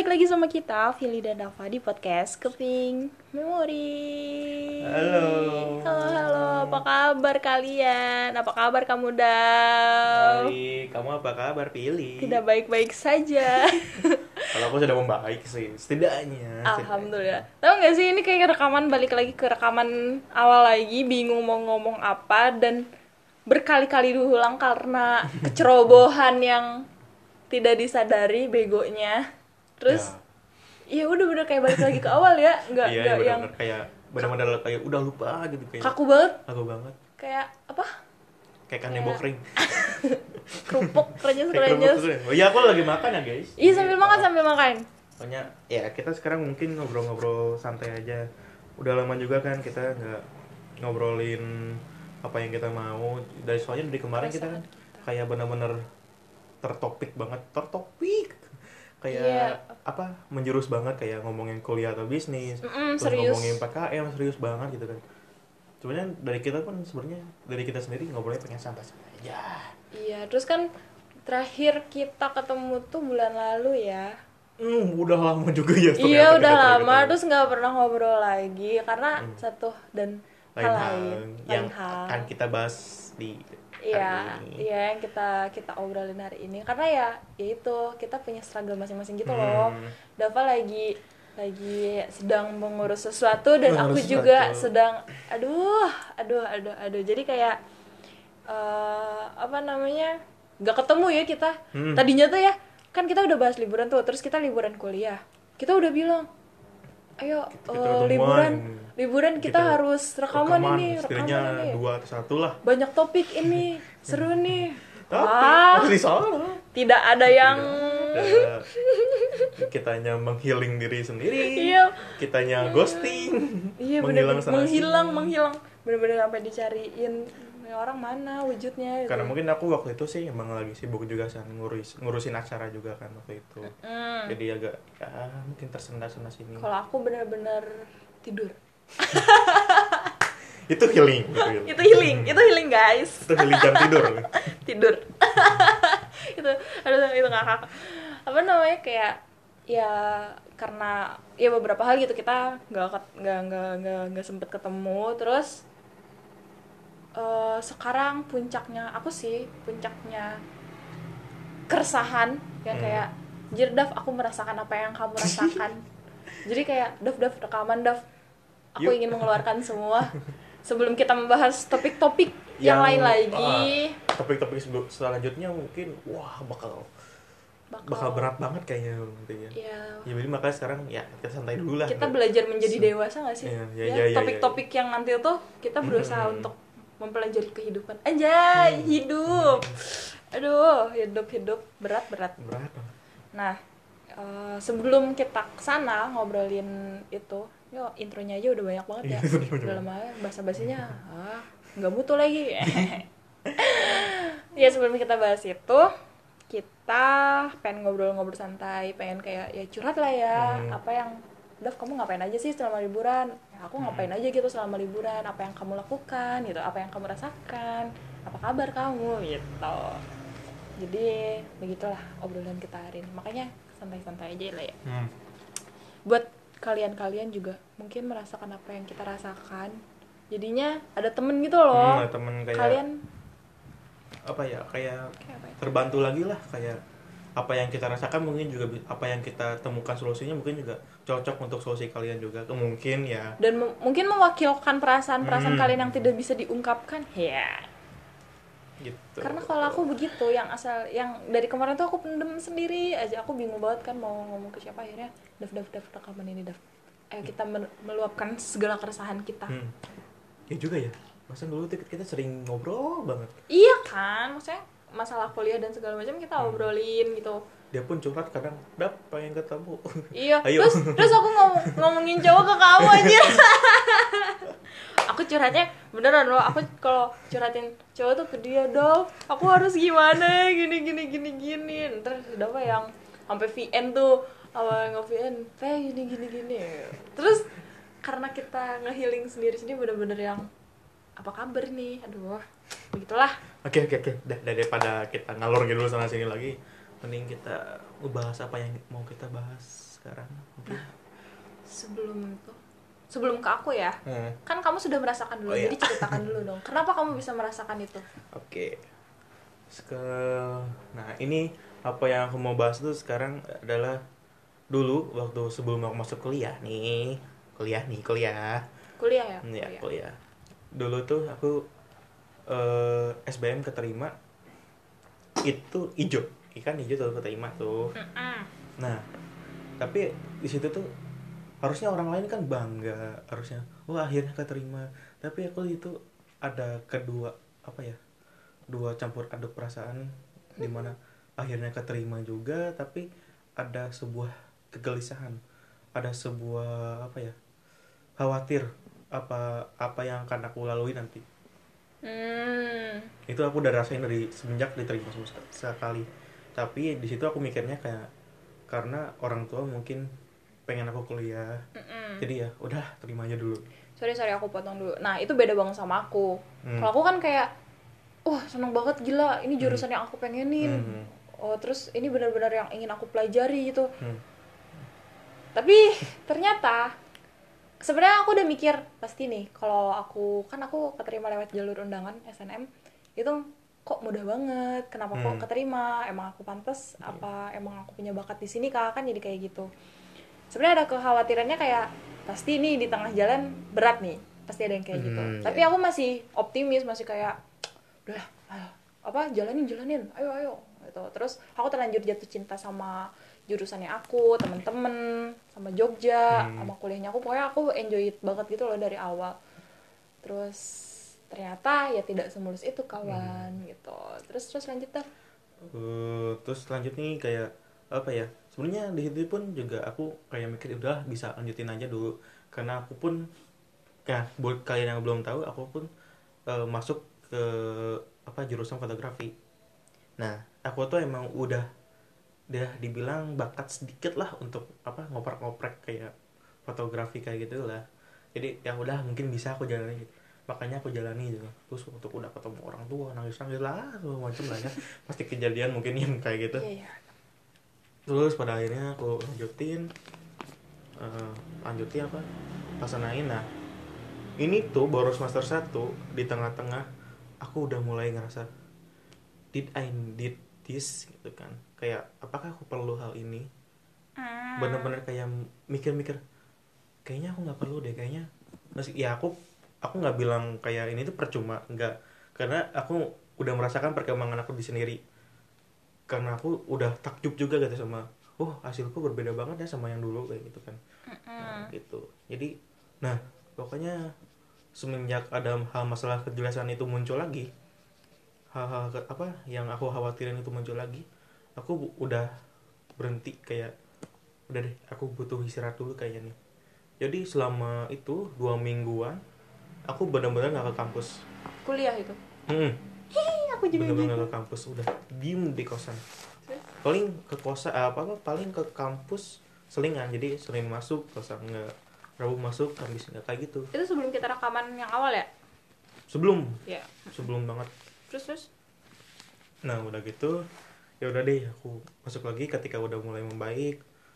lagi sama kita, Vili dan Dava di podcast Keping Memori. Halo. Halo, apa kabar kalian? Apa kabar kamu, Dav? Baik, kamu apa kabar, Pili? Tidak baik-baik saja. Kalau aku sudah membaik sih, setidaknya. Alhamdulillah. Tahu nggak sih, ini kayak rekaman, balik lagi ke rekaman awal lagi, bingung mau ngomong apa dan berkali-kali diulang karena kecerobohan yang tidak disadari begonya. Terus ya udah bener kayak balik lagi ke awal ya, nggak Iya, yang benar-benar kayak benar-benar kayak udah lupa gitu kayak. kaku banget, Kaku banget. kayak apa? Kayak kanebo kering. Kerupuk renyes. Kayak kerupuk kering. Oh iya, aku lagi makan ya, guys. Iya, sambil makan. Pokoknya ya kita sekarang mungkin ngobrol-ngobrol santai aja. Udah lama juga kan kita nggak ngobrolin apa yang kita mau. Soalnya dari kemarin kita kan kayak benar-benar tertopik kayak Iya. apa menjurus banget kayak ngomongin kuliah atau bisnis, terus serius. ngomongin PKM serius banget gitu kan. Sebenarnya dari kita pun sebenarnya dari kita sendiri ngobrolnya pengen santai aja. Iya, terus kan terakhir kita ketemu tuh bulan lalu ya. Udah lama juga ya. Iya, udah kita lama, ketemu. terus nggak pernah ngobrol lagi karena satu dan Lain hal hal lain. yang Lain hal. akan kita bahas di Iya, hari ini. iya yang kita obrolin hari ini karena ya itu kita punya struggle masing-masing gitu loh. Dava lagi sedang mengurus sesuatu dan aku Mengurus juga sesuatu. sedang aduh. Jadi kayak apa namanya? Gak ketemu ya kita. Tadinya tuh ya, kan kita udah bahas liburan tuh, terus kita liburan kuliah. Kita udah bilang, "Ayo Kita liburan kita harus rekaman ini." Setidaknya 2 atau 1 lah. Banyak topik ini, seru nih. Tapi di sana Tidak ada yang kitanya menghealing diri sendiri. Iya. Kitanya ghosting. Iya, menghilang sana menghilang. Bener-bener sampai dicariin ini orang mana wujudnya gitu. Karena mungkin aku waktu itu sih emang lagi sibuk juga kan ngurusin acara juga kan waktu itu. Jadi agak ya mungkin tersendat-sendat sini. Kalau aku bener-bener tidur. Itu healing. Itu healing guys. Itu healing jam tidur. Tidur. itu ngakak. Apa namanya, kayak ya karena ya beberapa hal gitu kita nggak sempet ketemu. Terus sekarang puncaknya keresahan yang kayak jir Dav, aku merasakan apa yang kamu rasakan. Jadi kayak Dav rekaman Dav, aku Yuk. ingin mengeluarkan semua sebelum kita membahas topik-topik yang lain lagi. Topik-topik selanjutnya mungkin bakal berat banget kayaknya nantinya. Iya. Ya jadi makanya sekarang ya kita santai dulu lah. Kita belajar menjadi dewasa nggak sih? Iya, Topik-topik yang nanti tuh kita berusaha untuk mempelajari kehidupan. Anjay, hidup. Aduh, hidup berat. Berat. Nah, sebelum kita kesana ngobrolin itu, intronya aja udah banyak banget ya. Udah lama ya, basa-basinya nggak butuh lagi. Ya, sebelum kita bahas itu, kita pengen ngobrol-ngobrol santai, pengen kayak ya curhat lah ya. Apa yang Dav, kamu ngapain aja sih selama liburan? Ya, aku ngapain aja gitu selama liburan? Apa yang kamu lakukan gitu? Apa yang kamu rasakan? Apa kabar kamu gitu? Jadi begitulah obrolan kita hari ini. Makanya santai-santai aja lah ya. Buat kalian juga mungkin merasakan apa yang kita rasakan. Jadinya ada temen gitu loh. Ada temen kayak Kalian apa ya kayak apa ya? terbantu lagi lah, kayak apa yang kita rasakan mungkin juga apa yang kita temukan solusinya mungkin juga cocok untuk solusi kalian juga mungkin ya. Dan mungkin mewakilkan perasaan-perasaan kalian yang tidak bisa diungkapkan ya. Gitu. Karena kalau aku begitu, yang dari kemarin tuh aku pendem sendiri aja, aku bingung banget kan mau ngomong ke siapa. Akhirnya Dav rekaman ini Dav, ayo kita meluapkan segala keresahan kita. Ya juga ya, masa dulu kita sering ngobrol banget. Iya kan, maksudnya masalah kuliah dan segala macam kita obrolin gitu. Dia pun curhat kadang, Dap pengen ketemu. Iya. Ayo. Terus aku ngomongin cowok ke kamu aja. Aku curhatnya beneran loh. Aku kalau curhatin cowok tuh ke dia, Dong, aku harus gimana? Gini. Terus udah apa yang sampai VN tuh, awal nge-VN, gini. Terus karena kita nge-healing sendiri bener-bener yang apa kabar nih? Aduh, begitulah. Oke. Daripada kita ngalor gitu sana sini lagi, mending kita ngebahas apa yang mau kita bahas sekarang mungkin. Sebelum ke aku ya, kan kamu sudah merasakan dulu, iya. jadi ceritakan dulu dong, kenapa kamu bisa merasakan itu? Oke. Nah ini apa yang aku mau bahas tuh sekarang adalah dulu waktu sebelum aku masuk kuliah. Kuliah ya? Ya, kuliah. Dulu tuh aku SBM keterima itu ijo, ikan ijo tuh keterima tuh. Nah, tapi di situ tuh harusnya orang lain kan bangga, harusnya wah akhirnya keterima. Tapi aku itu ada dua campur aduk perasaan, dimana akhirnya keterima juga, tapi ada sebuah kegelisahan, ada sebuah khawatir apa yang akan aku lalui nanti. Itu aku udah rasain dari semenjak diterima sekali. Tapi di situ aku mikirnya kayak karena orang tua mungkin pengen aku kuliah, jadi ya udah terima aja dulu. Sorry aku potong dulu. Nah itu beda banget sama aku. Kalau aku kan kayak seneng banget, gila ini jurusan yang aku pengenin. Terus ini benar-benar yang ingin aku pelajari gitu. Tapi ternyata sebenarnya aku udah mikir pasti nih, kalau aku keterima lewat jalur undangan SNM itu kok mudah banget, kenapa kok keterima, emang aku pantas, apa emang aku punya bakat di sini kak, kan jadi kayak gitu. Sebenarnya ada kekhawatirannya kayak pasti nih di tengah jalan berat nih, pasti ada yang kayak gitu. Tapi aku masih optimis, masih kayak udah jalanin ayo gitu. Terus aku terlanjur jatuh cinta sama jurusannya aku, temen-temen, sama Jogja, sama kuliahnya aku. Pokoknya aku enjoy banget gitu loh dari awal. Terus ternyata ya tidak semulus itu kawan gitu. Terus lanjut dah. Terus lanjut nih kayak sebenarnya di situ pun juga aku kayak mikir udah bisa lanjutin aja dulu, karena aku pun ya buat kalian yang belum tahu, aku pun masuk ke jurusan fotografi. Nah aku tuh emang udah dibilang bakat sedikit lah untuk ngoprek-ngoprek kayak fotografi kayak gitu lah. Jadi ya udah mungkin bisa aku jalani gitu. Makanya aku jalani gitu. Terus untuk udah ketemu orang tua nangis lah macam lah ya. Pasti kejadian mungkin yang kayak gitu. Iya. Terus pada akhirnya aku lanjutin laksanain. Nah ini tuh baru semester 1, di tengah-tengah aku udah mulai ngerasa did this gitu kan, kayak apakah aku perlu hal ini, bener-bener kayak mikir-mikir kayaknya aku nggak perlu deh, kayaknya ya aku nggak bilang kayak ini tuh percuma, nggak, karena aku udah merasakan perkembangan aku di sendiri, karena aku udah takjub juga gitu sama hasilku berbeda banget ya sama yang dulu kayak gitu kan. Nah, gitu. Jadi pokoknya semenjak ada hal masalah kejelasan itu muncul lagi, hal-hal yang aku khawatirin itu muncul lagi, aku udah berhenti, kayak udah deh aku butuh istirahat dulu kayaknya nih. Jadi selama itu 2 mingguan aku benar-benar nggak ke kampus Kuliah itu. Aku juga benar-benar gitu. nggak ke kampus, udah diem di kosan. Paling ke kosan paling ke kampus selingan, jadi Senin masuk kosan, nggak Rabu masuk, Kamis nggak, kayak gitu. Itu sebelum kita rekaman yang awal ya? Sebelum banget. Terus Nah udah gitu ya udah deh aku masuk lagi ketika udah mulai membaik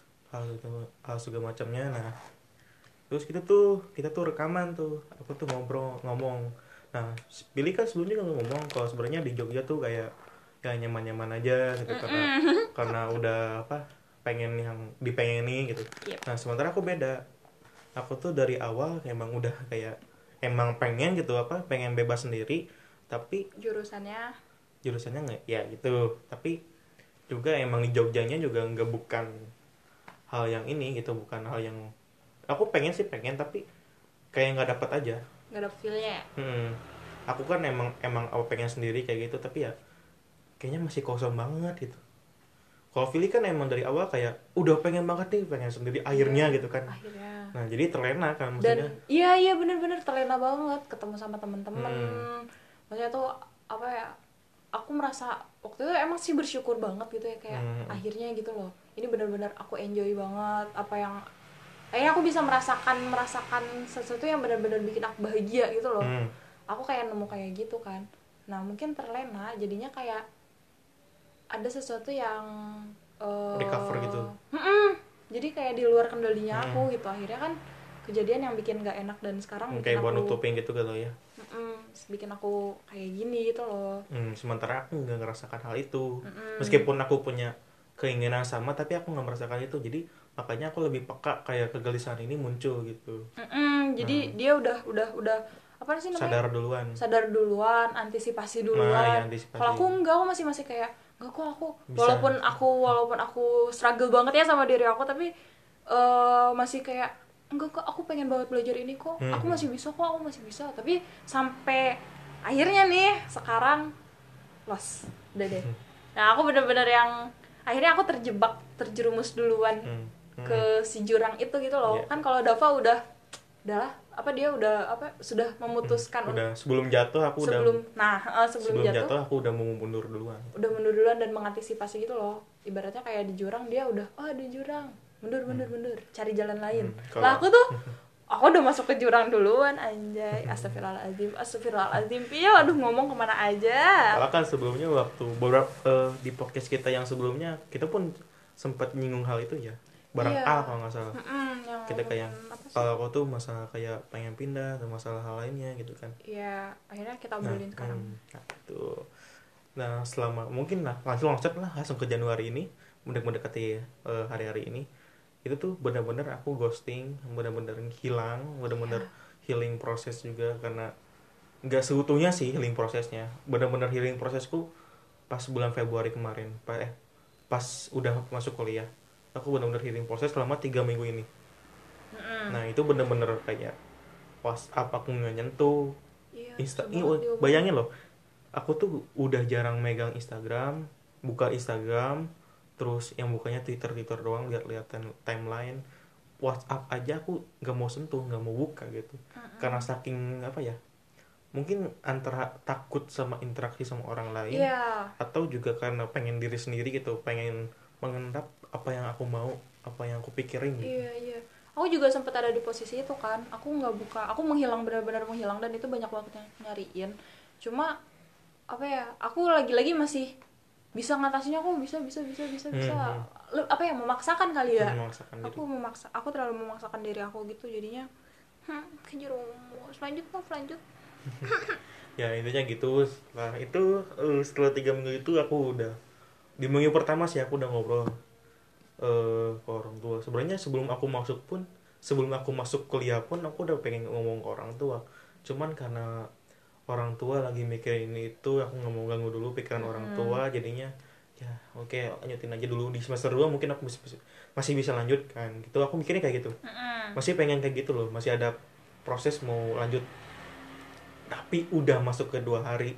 hal segala macamnya. Nah terus kita tuh rekaman tuh, aku tuh ngomong. Nah Billy kan sebelumnya ngomong kalau sebenarnya di Jogja tuh kayak nyaman-nyaman aja gitu, karena udah pengen yang dipengenin gitu. Nah sementara aku beda, aku tuh dari awal emang udah kayak emang pengen gitu, pengen bebas sendiri, tapi jurusannya nggak ya gitu. Tapi juga emang di Jogjanya juga bukan hal yang ini gitu, bukan hal yang aku pengen tapi kayak nggak dapat aja, nggak ada feelnya. Aku kan emang aku pengen sendiri kayak gitu, tapi ya kayaknya masih kosong banget gitu. Kalau Vili kan emang dari awal kayak udah pengen banget nih, pengen sendiri akhirnya gitu kan. Nah jadi terlena kan maksudnya. Dan iya bener-bener terlena banget ketemu sama temen-temen. Maksudnya tuh aku merasa waktu itu emang sih bersyukur banget gitu ya, kayak akhirnya gitu loh, ini bener-bener aku enjoy banget, akhirnya aku bisa merasakan sesuatu yang benar-benar bikin aku bahagia gitu loh. Aku kayak nemu kayak gitu kan. Nah mungkin terlena jadinya kayak ada sesuatu yang recover gitu. jadi kayak di luar kendalinya aku gitu. Akhirnya kan kejadian yang bikin gak enak dan sekarang bikin kayak aku nutupin gitu kan lo ya. bikin aku kayak gini gitu loh. Sementara aku nggak ngerasakan hal itu. Meskipun aku punya keinginan sama tapi aku nggak merasakan itu, jadi makanya aku lebih peka kayak kegelisahan ini muncul gitu. Jadi dia udah apa sih namanya, sadar duluan, antisipasi duluan. ya, antisipasi. Kalau aku enggak, aku masih kayak enggak kok, aku bisa. walaupun aku struggle banget ya sama diri aku, tapi masih kayak enggak kok, aku pengen banget belajar ini kok, aku masih bisa. Tapi sampai akhirnya nih sekarang lost udah deh. Nah aku bener-bener yang akhirnya aku terjerumus duluan ke si jurang itu gitu loh. Kan kalau Dava udahlah apa, dia udah apa, sudah memutuskan udah sebelum jatuh aku sebelum jatuh aku udah mau mundur duluan dan mengantisipasi gitu loh. Ibaratnya kayak di jurang, dia udah di jurang, mundur, cari jalan lain. Lah aku tuh aku udah masuk ke jurang duluan, anjay. Astagfirullahaladzim. Iya, aduh, ngomong kemana aja. Kalau kan sebelumnya waktu beberapa di podcast kita yang sebelumnya kita pun sempat nyinggung hal itu ya, barang A kalau nggak salah. Kita kayak kalau aku tuh masalah kayak pengen pindah atau masalah hal lainnya gitu kan. Iya, akhirnya kita obrolin sekarang. Nah selama mungkin langsung ke Januari ini, mendekati hari-hari ini, itu tuh benar-benar aku ghosting, benar-benar hilang, benar-benar healing proses juga, karena nggak seutuhnya sih healing prosesnya. Benar-benar healing prosesku pas bulan Februari kemarin, pas udah masuk kuliah, aku benar-benar healing proses selama 3 minggu ini. Nah itu benar-benar kayak WhatsApp aku nggak nyentuh, bayangin loh, aku tuh udah jarang megang Instagram, buka Instagram, terus yang bukanya Twitter doang, lihat-lihat timeline. WhatsApp aja aku nggak mau sentuh, nggak mau buka gitu, karena saking apa ya, mungkin antara takut sama interaksi sama orang lain, atau juga karena pengen diri sendiri gitu, pengen mengendap apa yang aku mau, apa yang aku pikirin gitu. Iya. Aku juga sempat ada di posisi itu kan, aku nggak buka, aku menghilang, benar-benar menghilang, dan itu banyak banget yang nyariin. Cuma apa ya, aku lagi-lagi masih bisa ngatasinnya, aku bisa. Apa ya, memaksakan kali ya. Aku terlalu memaksakan diri aku gitu, jadinya kejerumus. Lanjut. Ya intinya gitu. Nah itu setelah 3 minggu itu aku udah, di minggu pertama sih aku udah ngobrol ke orang tua. Sebenarnya sebelum aku masuk kuliah pun aku udah pengen ngomong ke orang tua, cuman karena orang tua lagi mikirin ini itu, aku nggak mau ganggu dulu pikiran orang tua, jadinya ya oke, lanjutin aja dulu di semester 2, mungkin aku masih bisa lanjutkan gitu. Aku mikirnya kayak gitu, masih pengen kayak gitu loh, masih ada proses mau lanjut. Tapi udah masuk 2 hari,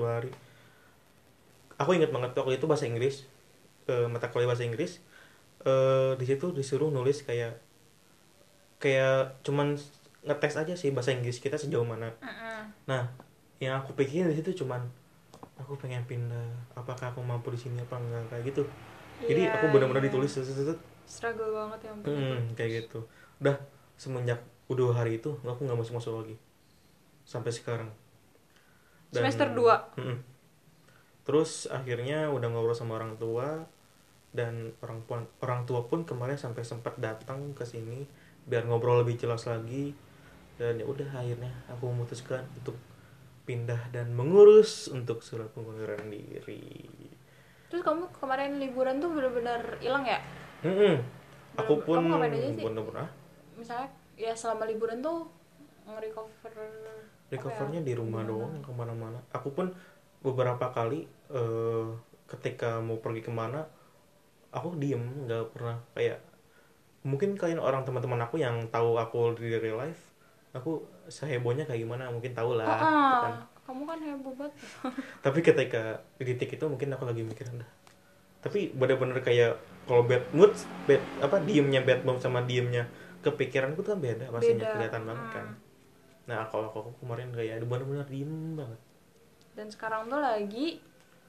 aku ingat banget waktu itu bahasa Inggris, mata kuliah bahasa Inggris, di situ disuruh nulis kayak cuman ngetes aja sih bahasa Inggris kita sejauh mana. Nah yang aku pikirin di situ cuman aku pengen pindah, apakah aku mampu di sini apa enggak, kayak gitu. Jadi aku benar-benar ditulis struggle banget ya kayak gitu. Udah semenjak 2 hari itu aku nggak masuk lagi sampai sekarang. Semester 2. Terus akhirnya udah ngobrol sama orang tua, dan orang tua pun kemarin sampai sempat datang ke sini biar ngobrol lebih jelas lagi. Dan ya udah akhirnya aku memutuskan untuk pindah dan mengurus untuk surat pengunduran diri. Terus kamu kemarin liburan tuh benar-benar hilang ya? Aku pun kamu ngapain aja sih? Bener-bener misalnya ya selama liburan tuh recovernya di rumah doang, kemana-mana. Aku pun beberapa kali ketika mau pergi kemana aku diem, nggak pernah kayak, mungkin kalian orang teman-teman aku yang tahu aku di real life, aku sehebohnya kayak gimana mungkin tahu lah. Kan. Kamu kan heboh banget. Tapi ketika di titik itu mungkin aku lagi mikir tapi bener-bener kayak kalau bad mood, diemnya bad mood sama diemnya kepikiranku tuh kan beda pastinya, kelihatan banget kan. Nah kalau aku kemarin kayak bener-bener diem banget. Dan sekarang tuh lagi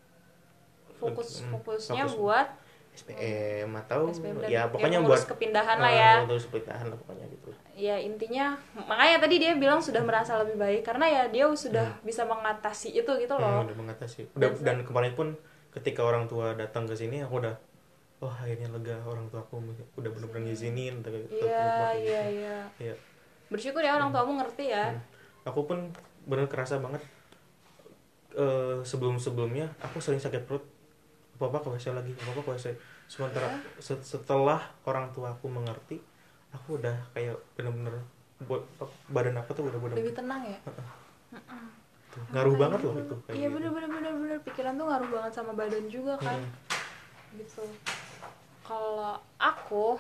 fokusnya buat SPM atau ya pokoknya buat kepindahan lah ya. Terus kepindahan lah pokoknya gitu. Ya intinya makanya tadi dia bilang sudah merasa lebih baik karena ya dia sudah bisa mengatasi itu gitu loh. Udah mengatasi. Dan kemarin pun ketika orang tua datang ke sini aku udah wah akhirnya lega, orang tua aku udah bener-bener ngizinin Iya, iya, iya. Iya. Bersyukur ya orang tuamu ngerti ya. Aku pun bener kerasa banget, sebelumnya aku sering sakit perut, apa ke WC lagi, apa ke WC. Sementara setelah orang tua aku mengerti, aku udah kayak bener-bener badan aku tuh udah Lebih tenang ya. tuh, ngaruh banget loh itu kayak Iya gitu. bener pikiran tuh ngaruh banget sama badan juga kan. Gitu. Kalau aku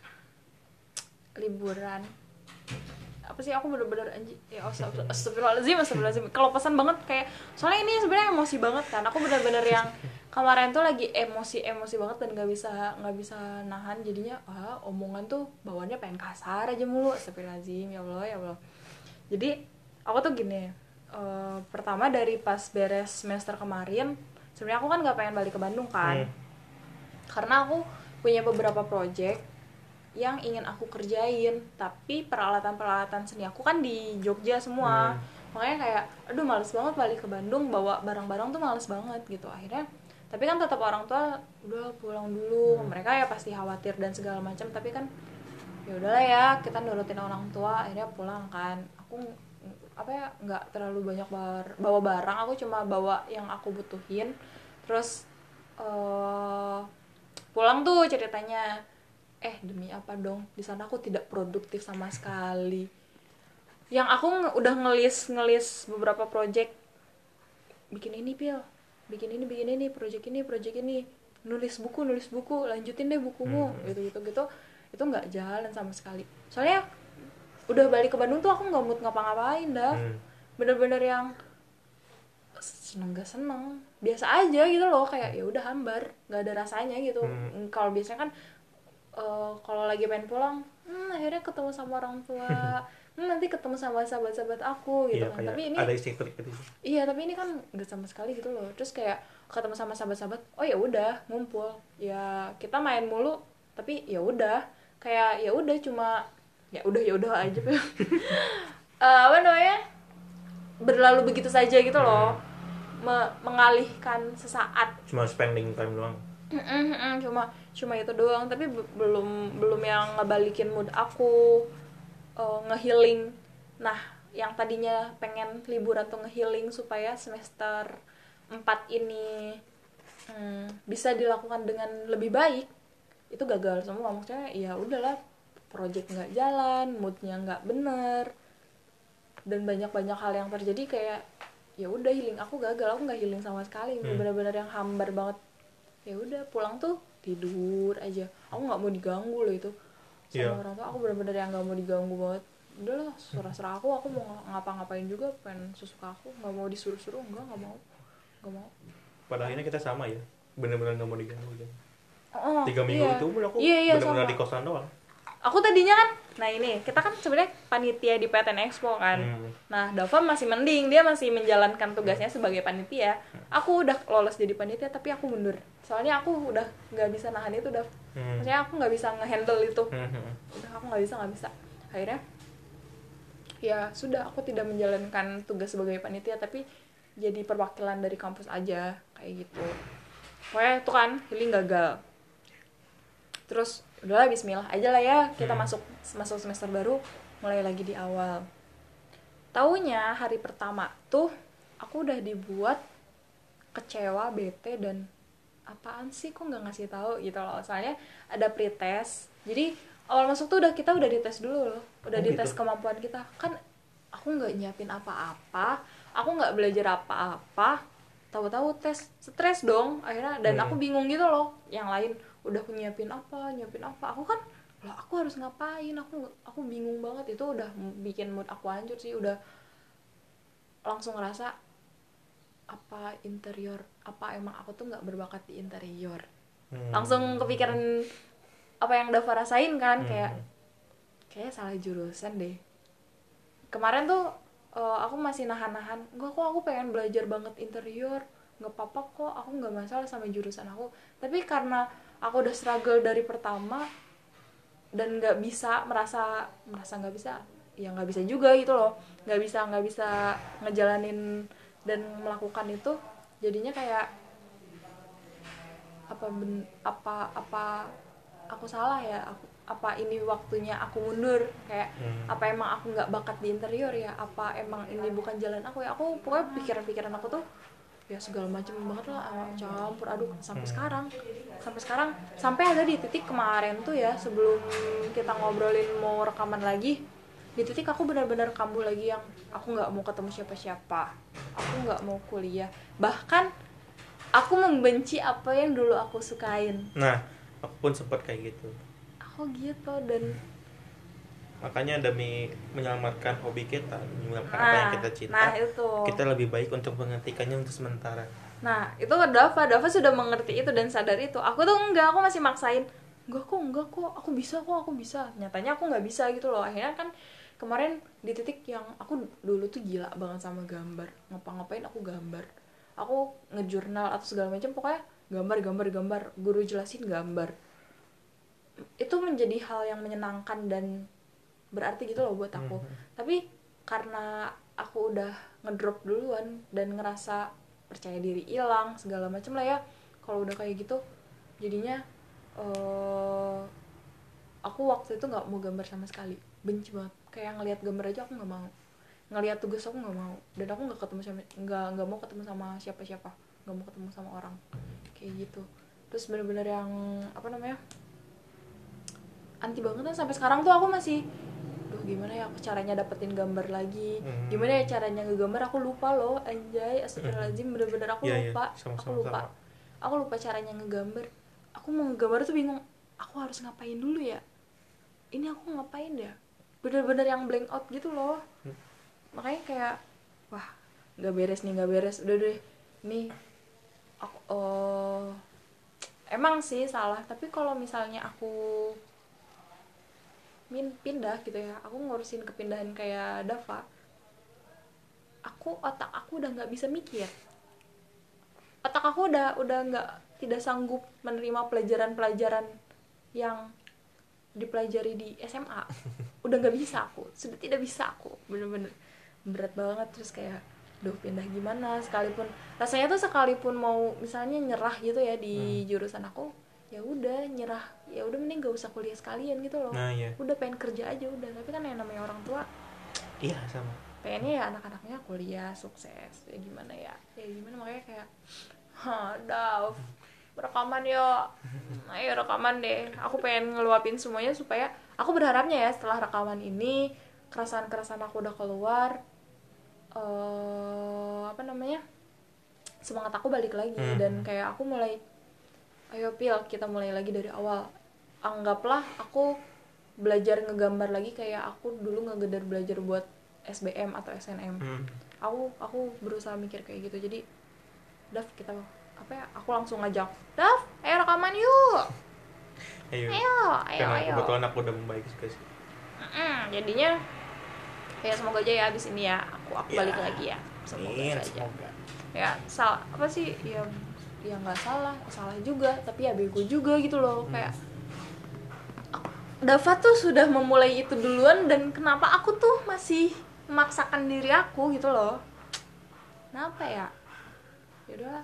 liburan apa sih, aku bener-bener anjing ya, astagfirullahaladzim. Kalau pesan banget kayak, soalnya ini sebenarnya emosi banget kan, aku bener-bener yang kemarin tuh lagi emosi banget dan nggak bisa nahan, jadinya omongan tuh bawaannya pengen kasar aja mulu, astagfirullahaladzim, ya Allah. Jadi aku tuh gini, pertama dari pas beres semester kemarin, sebenarnya aku kan nggak pengen balik ke Bandung kan, karena aku punya beberapa project yang ingin aku kerjain, tapi peralatan seni aku kan di Jogja semua. Makanya kayak aduh males banget balik ke Bandung, bawa barang-barang tuh males banget gitu. Akhirnya tapi kan tetap orang tua udah pulang dulu, mereka ya pasti khawatir dan segala macam, tapi kan ya udahlah ya, kita nurutin orang tua. Akhirnya pulang kan, aku apa ya, nggak terlalu banyak bawa barang, aku cuma bawa yang aku butuhin. Terus pulang tuh ceritanya, demi apa dong, di sana aku tidak produktif sama sekali. Yang aku udah ngelis beberapa project, bikin ini bikin ini, project ini, nulis buku, lanjutin deh bukumu, gitu itu nggak jalan sama sekali. Soalnya udah balik ke Bandung tuh aku nggak mood ngapa-ngapain dah, bener-bener yang seneng gak seneng, biasa aja gitu loh, kayak ya udah hambar, nggak ada rasanya gitu. Kalau biasanya kan kalau lagi pengen pulang, akhirnya ketemu sama orang tua, nanti ketemu sama sahabat-sahabat aku gitu iya, kan. Tapi ini ada isi klik gitu. iya, tapi ini kan nggak sama sekali gitu loh. Terus kayak ketemu sama sahabat-sahabat, oh ya udah ngumpul, ya kita main mulu, tapi ya udah kayak ya udah cuma ya udah aja. Apa namanya, berlalu begitu saja gitu loh, mengalihkan sesaat, Cuma spending time doang. cuma itu doang, tapi belum yang ngebalikin mood aku, ngehealing. Nah, yang tadinya pengen liburan tuh ngehealing supaya semester 4 ini bisa dilakukan dengan lebih baik, itu gagal semua. Maksudnya ya udahlah, project nggak jalan, moodnya nggak bener, dan banyak hal yang terjadi, kayak ya udah healing aku gagal, aku nggak healing sama sekali, benar-benar yang hambar banget. Ya udah pulang tuh tidur aja, aku nggak mau diganggu loh itu sama orang tua. Aku benar-benar yang nggak mau diganggu banget. Udahlah, serah aku mau ngapa-ngapain juga, pengen sesuka aku, nggak mau disuruh-suruh, nggak mau. Pada akhirnya kita sama ya, benar-benar nggak mau diganggu ya. 3 minggu iya. itu aku Iya, benar-benar sama. di kosan doang. Aku tadinya kan, nah ini kita kan sebenarnya panitia di PTN Expo kan. Nah, Dava masih mending, dia masih menjalankan tugasnya sebagai panitia. Aku udah lolos jadi panitia, tapi aku mundur. Soalnya aku udah nggak bisa nahan itu, udah. Maksudnya aku nggak bisa ngehandle itu. Udah aku nggak bisa. Akhirnya, ya sudah, aku tidak menjalankan tugas sebagai panitia, tapi jadi perwakilan dari kampus aja, kayak gitu. Pokoknya itu kan healing gagal. Terus udahlah, bismillah aja lah ya, kita masuk semester baru, mulai lagi di awal. Taunya hari pertama tuh aku udah dibuat kecewa, bete, dan apaan sih kok nggak ngasih tahu gitu loh. Soalnya ada pretest, jadi awal masuk tuh kita udah dites dulu loh, udah dites gitu. Kemampuan kita kan. Aku nggak nyiapin apa-apa, aku nggak belajar apa-apa, tahu-tahu tes, stres dong akhirnya. Dan aku bingung gitu loh, yang lain udah nyiapin apa, aku kan lah aku harus ngapain, aku bingung banget. Itu udah bikin mood aku hancur sih, udah langsung ngerasa apa interior, apa emang aku tuh nggak berbakat di interior. Langsung kepikiran apa yang Dava rasain kan, kayak salah jurusan deh. Kemarin tuh aku masih nahan-nahan, enggak kok, aku pengen belajar banget interior, nggak apa-apa kok, aku nggak masalah sama jurusan aku. Tapi karena aku udah struggle dari pertama dan nggak bisa, merasa nggak bisa, ya nggak bisa juga gitu loh, nggak bisa ngejalanin dan melakukan itu, jadinya kayak apa aku salah ya, apa ini waktunya aku mundur, kayak apa emang aku nggak bakat di interior ya, apa emang ini bukan jalan aku ya. Aku pokoknya pikiran aku tuh ya segala macam banget lah, campur aduk sampai sekarang sampai ada di titik kemarin tuh ya, sebelum kita ngobrolin mau rekaman lagi, di titik aku benar-benar kambuh lagi yang aku nggak mau ketemu siapa-siapa, aku nggak mau kuliah, bahkan aku membenci apa yang dulu aku sukain. Nah, aku pun sempat kayak gitu. Aku gitu, dan Makanya demi menyelamatkan hobi kita, menyelamatkan apa yang kita cinta, itu. kita lebih baik untuk menghentikannya untuk sementara. Nah, itu Dava sudah mengerti itu dan sadar itu. Aku tuh enggak, aku masih maksain. Enggak kok, aku bisa. Nyatanya aku nggak bisa gitu loh. Akhirnya kan kemarin di titik yang aku dulu tuh gila banget sama gambar. Ngapa-ngapain aku gambar. Aku ngejurnal atau segala macam, pokoknya gambar. Guru jelasin gambar. Itu menjadi hal yang menyenangkan dan berarti gitu loh buat aku. Tapi karena aku udah ngedrop duluan dan ngerasa percaya diri hilang segala macam lah ya, kalau udah kayak gitu jadinya aku waktu itu nggak mau gambar sama sekali, benci banget, kayak ngelihat gambar aja aku nggak mau, ngelihat tugas aku nggak mau, dan aku nggak mau ketemu sama siapa-siapa, nggak mau ketemu sama orang kayak gitu. Terus bener-bener yang apa namanya, anti banget kan. Sampai sekarang tuh aku masih gimana ya aku caranya dapetin gambar lagi, gimana ya caranya ngegambar, aku lupa loh, anjay, astagfirullahaladzim, bener-bener aku lupa. Aku lupa caranya ngegambar. Aku mau ngegambar tuh bingung, aku harus ngapain dulu ya, ini aku ngapain ya, bener-bener yang blank out gitu loh. Makanya kayak wah nggak beres, udah deh nih aku emang sih salah, tapi kalau misalnya aku pindah gitu ya, aku ngurusin kepindahan kayak Dava, otak aku udah nggak bisa mikir, otak aku udah nggak, tidak sanggup menerima pelajaran yang dipelajari di SMA. Udah nggak bisa aku, sudah tidak bisa aku, bener-bener berat banget. Terus kayak pindah gimana, sekalipun rasanya tuh sekalipun mau misalnya nyerah gitu ya di jurusan aku, ya udah nyerah, ya udah mending gak usah kuliah sekalian gitu loh. Nah, iya. Udah pengen kerja aja udah. Tapi kan yang namanya orang tua iya sama, pengennya ya anak-anaknya kuliah sukses, ya gimana ya makanya kayak Dav, rekaman yuk, ayo rekaman deh, aku pengen ngeluapin semuanya supaya aku berharapnya ya setelah rekaman ini keresahan aku udah keluar, apa namanya, semangat aku balik lagi. Dan kayak aku mulai, ayo Pil, kita mulai lagi dari awal. Anggaplah aku belajar ngegambar lagi kayak aku dulu ngegedar belajar buat SBM atau SNM. Aku berusaha mikir kayak gitu. Jadi Dav, kita apa ya, aku langsung ngajak Dav, ayo rekaman yuk, ayo. Kebetulan aku udah membaik juga sih. Jadinya ya semoga aja ya abis ini ya aku balik lagi ya, semoga saja. Ya salah apa sih ya nggak salah juga, tapi ya bego juga gitu loh. Kayak Dava tuh sudah memulai itu duluan, dan kenapa aku tuh masih memaksakan diri aku gitu loh, kenapa ya? Yaudah.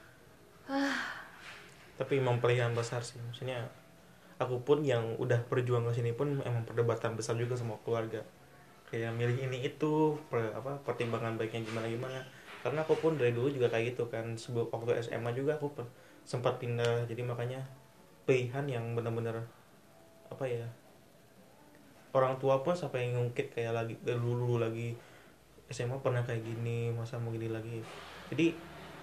Tapi emang pilihan besar sih, maksudnya aku pun yang udah berjuang ke sini pun emang perdebatan besar juga sama keluarga, kayak milih ini itu pertimbangan baiknya gimana, karena aku pun dari dulu juga kayak gitu kan. Sebelum waktu SMA juga aku sempat pindah, jadi makanya pilihan yang benar-benar apa ya, orang tua pun sampai ngungkit kayak lagi dulu lagi SMA pernah kayak gini, masa mau gini lagi. Jadi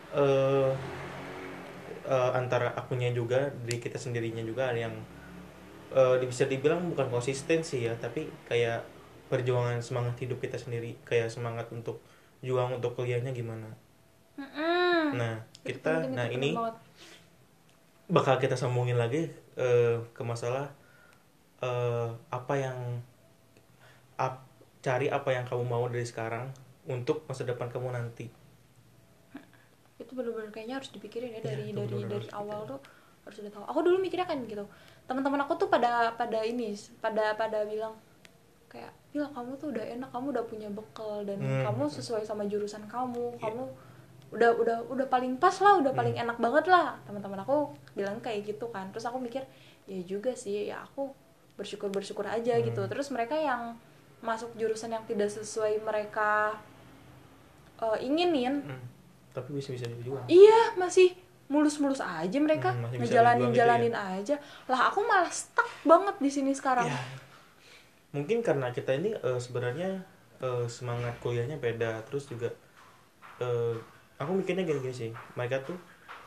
antara akunya juga, dari kita sendirinya juga ada yang bisa dibilang bukan konsisten sih ya, tapi kayak perjuangan semangat hidup kita sendiri, kayak semangat untuk juang untuk kuliahnya gimana. Nah kita ini bakal kita sambungin lagi ke masalah cari apa yang kamu mau dari sekarang untuk masa depan kamu nanti. Itu benar-benar kayaknya harus dipikirin ya, dari awal tuh harus udah tahu. Aku dulu mikirnya kan gitu, teman-teman aku tuh pada bilang kayak, Pil, kamu tuh udah enak, kamu udah punya bekal, dan kamu sesuai sama jurusan kamu udah paling pas lah, udah paling enak banget lah. Teman-teman aku bilang kayak gitu kan. Terus aku mikir ya juga sih, ya aku bersyukur aja gitu. Terus mereka yang masuk jurusan yang tidak sesuai mereka inginin, tapi bisa juga. Iya, masih mulus-mulus aja mereka, masih bisa ngejalanin gitu ya. aja. Lah aku malah stuck banget di sini sekarang. Ya, mungkin karena kita ini sebenarnya semangat kuliahnya beda, terus juga aku mikirnya gini sih, mereka tuh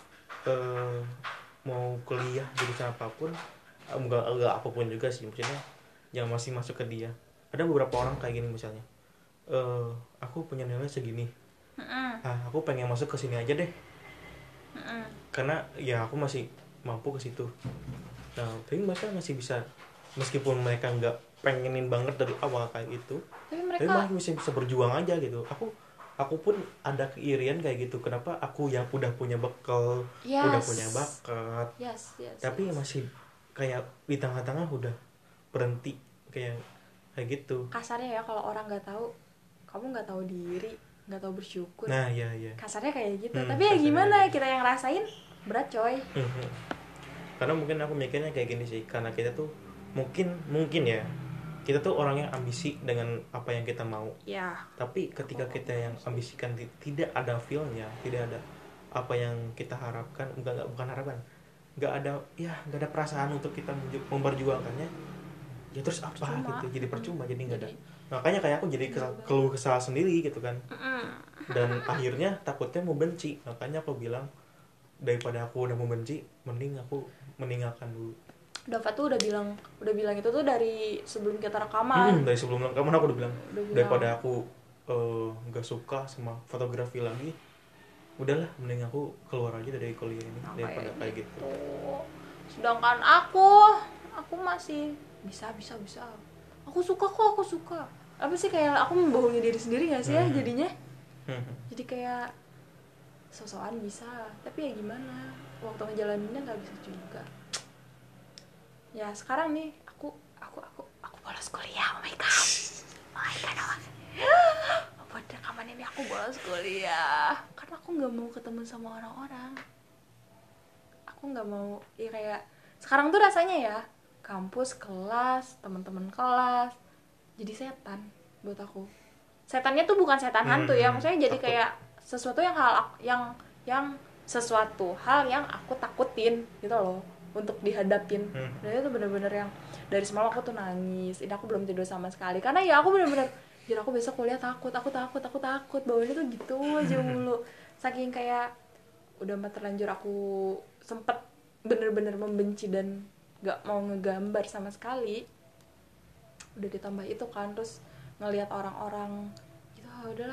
mau kuliah jurusan apapun, enggak apapun juga sih, maksudnya yang masih masuk ke dia. Ada beberapa orang kayak gini misalnya, aku punya nilai segini, aku pengen masuk ke sini aja deh, karena ya aku masih mampu ke situ. Nah, tapi mereka masih bisa, meskipun mereka nggak pengenin banget dari awal kayak itu, Tapi tapi mereka masih bisa berjuang aja gitu. Aku pun ada keirian kayak gitu. Kenapa aku yang udah punya bekal, udah punya bakat, tapi masih kayak di tengah-tengah udah berhenti kayak gitu. kasarnya ya, kalau orang nggak tahu, kamu nggak tahu diri, nggak tahu bersyukur. Nah, iya. Kasarnya kayak gitu. Tapi ya gimana, kita yang rasain berat coy. Karena mungkin aku mikirnya kayak gini sih, karena kita tuh mungkin ya, kita tuh orang yang ambisi dengan apa yang kita mau. Ya. Tapi ketika kita yang ambisikan tidak ada feel-nya, tidak ada apa yang kita harapkan, bukan harapan, nggak ada perasaan untuk kita memperjuangkannya, ya terus apa percuma. Gitu, jadi percuma, jadi nggak ada. Makanya kayak aku jadi keluh kesal sendiri gitu kan, dan akhirnya takutnya mau benci. Makanya aku bilang, daripada aku udah mau benci, mending aku meninggalkan dulu. Dava tuh udah bilang itu tuh dari sebelum kita rekaman. Dari sebelum rekaman aku udah bilang. Daripada aku nggak suka sama fotografi lagi, udahlah, mending aku keluar aja dari kuliah ini, daripada kayak gitu. Sedangkan aku masih bisa. Aku suka. Apa sih, kayak aku membohongi diri sendiri nggak sih ya jadinya? Jadi kayak sosokan bisa, tapi ya gimana? Waktu ngejalaninnya nggak bisa juga. Ya sekarang nih aku bolos kuliah. Oh my god. Pada kapan ini aku bolos kuliah? Karena aku nggak mau ketemu sama orang-orang. Aku nggak mau, ya kayak sekarang tuh rasanya ya, kampus, kelas, teman-teman kelas, jadi setan buat aku. Setannya tuh bukan setan hantu ya, maksudnya jadi kayak sesuatu yang sesuatu hal yang aku takutin gitu loh untuk dihadapin. Dan itu bener-bener yang dari semalam aku tuh nangis. Ini aku belum tidur sama sekali karena ya aku bener-bener, jadi aku besok kuliah takut bawaannya tuh gitu aja mulu. Saking kayak udah terlanjur aku sempet bener-bener membenci dan gak mau ngegambar sama sekali. Udah ditambah itu kan, terus ngelihat orang-orang gitu,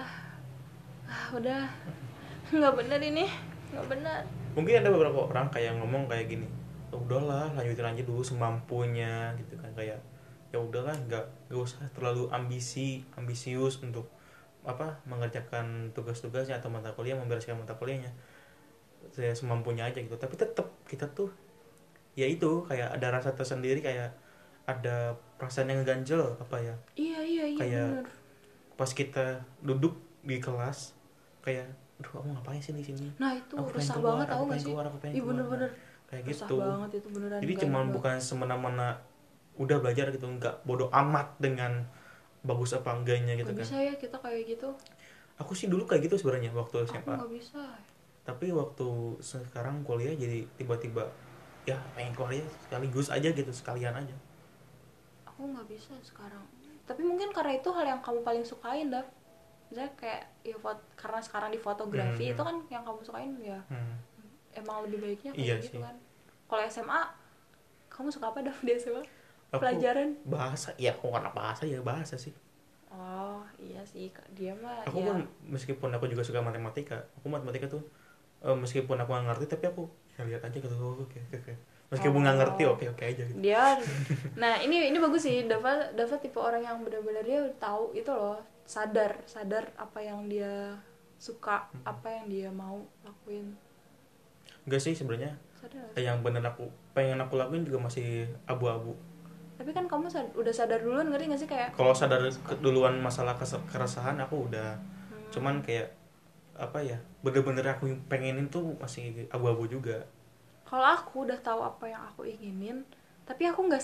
udah nggak bener ini, nggak bener. Mungkin ada beberapa orang kayak ngomong kayak gini, udahlah lanjutin aja dulu semampunya gitu kan, kayak ya udahlah, nggak usah terlalu ambisius untuk mengerjakan tugas-tugasnya atau mata kuliah, membereskan mata kuliahnya, saya semampunya aja gitu. Tapi tetap kita tuh ya itu kayak ada rasa tersendiri, kayak ada perasaan yang ganjel iya kayak bener. Pas kita duduk di kelas kayak, aduh aku ngapain sih di sini? Nah itu aku resah banget, tau gak sih? Iya bener-bener kayak resah gitu banget itu, beneran. Jadi cuman bukan semena-mena udah belajar gitu, nggak bodoh amat dengan bagus apa enggaknya gitu. Gak bisa ya kita kayak gitu. Aku sih dulu kayak gitu sebenarnya waktu SMA. Aku nggak bisa. Tapi waktu sekarang kuliah jadi tiba-tiba ya pengen kuliah sekaligus aja gitu, sekalian aja. Aku nggak bisa sekarang. Tapi mungkin karena itu hal yang kamu paling sukain, dah. Misalnya kayak ya karena sekarang di fotografi itu kan yang kamu sukain ya. Emang lebih baiknya kayak gitu sih. Kan. Kalau SMA, kamu suka apa, dah, di SMA? Pelajaran? Bahasa. Ya, kok anak bahasa ya bahasa sih. Oh, iya sih. Dia mah aku pun meskipun aku juga suka matematika, tuh meskipun aku nggak ngerti tapi aku ya lihat aja gitu. Oke. Meskipun nggak ngerti oke aja gitu. Dia, nah ini bagus sih. Dava tipe orang yang benar-benar dia tahu itu loh, sadar apa yang dia suka, apa yang dia mau lakuin. Enggak sih sebenarnya. Yang benar aku pengen aku lakuin juga masih abu-abu. Tapi kan kamu udah sadar duluan, ngerti nggak sih kayak? Kalau sadar duluan masalah keresahan aku udah, cuman kayak apa ya, bener-bener aku pengenin tuh masih abu-abu juga. Kalau aku udah tahu apa yang aku inginin, tapi aku nggak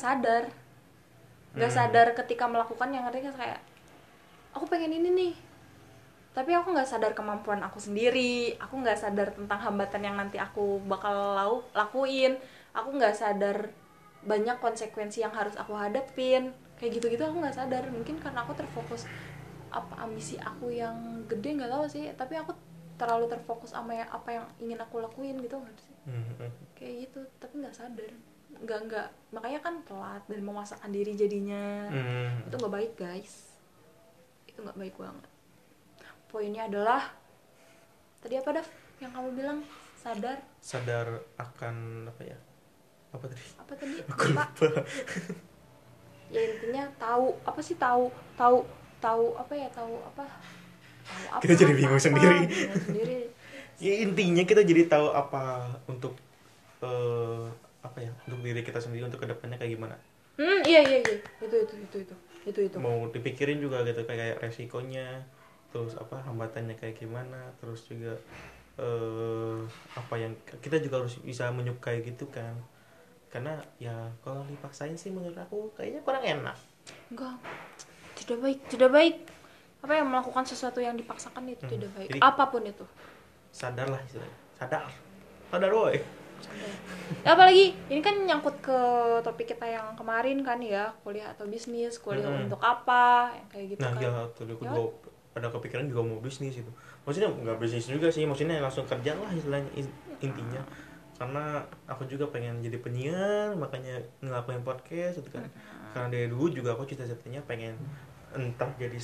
sadar ketika melakukan, yang ngerti kan, kayak aku pengen ini nih, tapi aku nggak sadar kemampuan aku sendiri, aku nggak sadar tentang hambatan yang nanti aku bakal lakuin, aku nggak sadar banyak konsekuensi yang harus aku hadapin, kayak gitu-gitu aku nggak sadar. Mungkin karena aku terfokus apa ambisi aku yang gede, nggak tahu sih, tapi aku terlalu terfokus sama apa yang ingin aku lakuin gitu nggak sih, kayak gitu, tapi nggak sadar, nggak, makanya kan telat dan memaksakan diri jadinya. Itu nggak baik guys, itu nggak baik banget. Poinnya adalah tadi apa Dav yang kamu bilang, sadar akan apa ya, apa tadi aku lupa. Ya intinya tahu apa sih, tahu apa ya, tahu apa kita jadi bingung sendiri. bingung sendiri. Ya intinya kita jadi tahu apa untuk apa ya, untuk diri kita sendiri, untuk kedepannya kayak gimana. Iya itu Mau dipikirin juga gitu, kayak resikonya, terus apa hambatannya kayak gimana, terus juga apa yang kita juga harus bisa menyukai gitu kan. Karena ya kalau dipaksain sih menurut aku kayaknya kurang enak. Enggak, tidak baik. Apa yang melakukan sesuatu yang dipaksakan itu tidak baik. Jadi, apapun itu. Sadarlah istilahnya. Sadar woy. Apalagi ini kan nyangkut ke topik kita yang kemarin kan ya, kuliah atau bisnis, kuliah untuk apa, yang kayak gitu. Nah, kan. Ya tuh aku juga ada kepikiran juga mau bisnis itu. Maksudnya nggak bisnis juga sih, maksudnya langsung kerja lah istilahnya, intinya. Karena aku juga pengen jadi penyiar, makanya ngelakuin podcast gitu kan. Karena dari dulu juga aku cita-citanya pengen entah jadi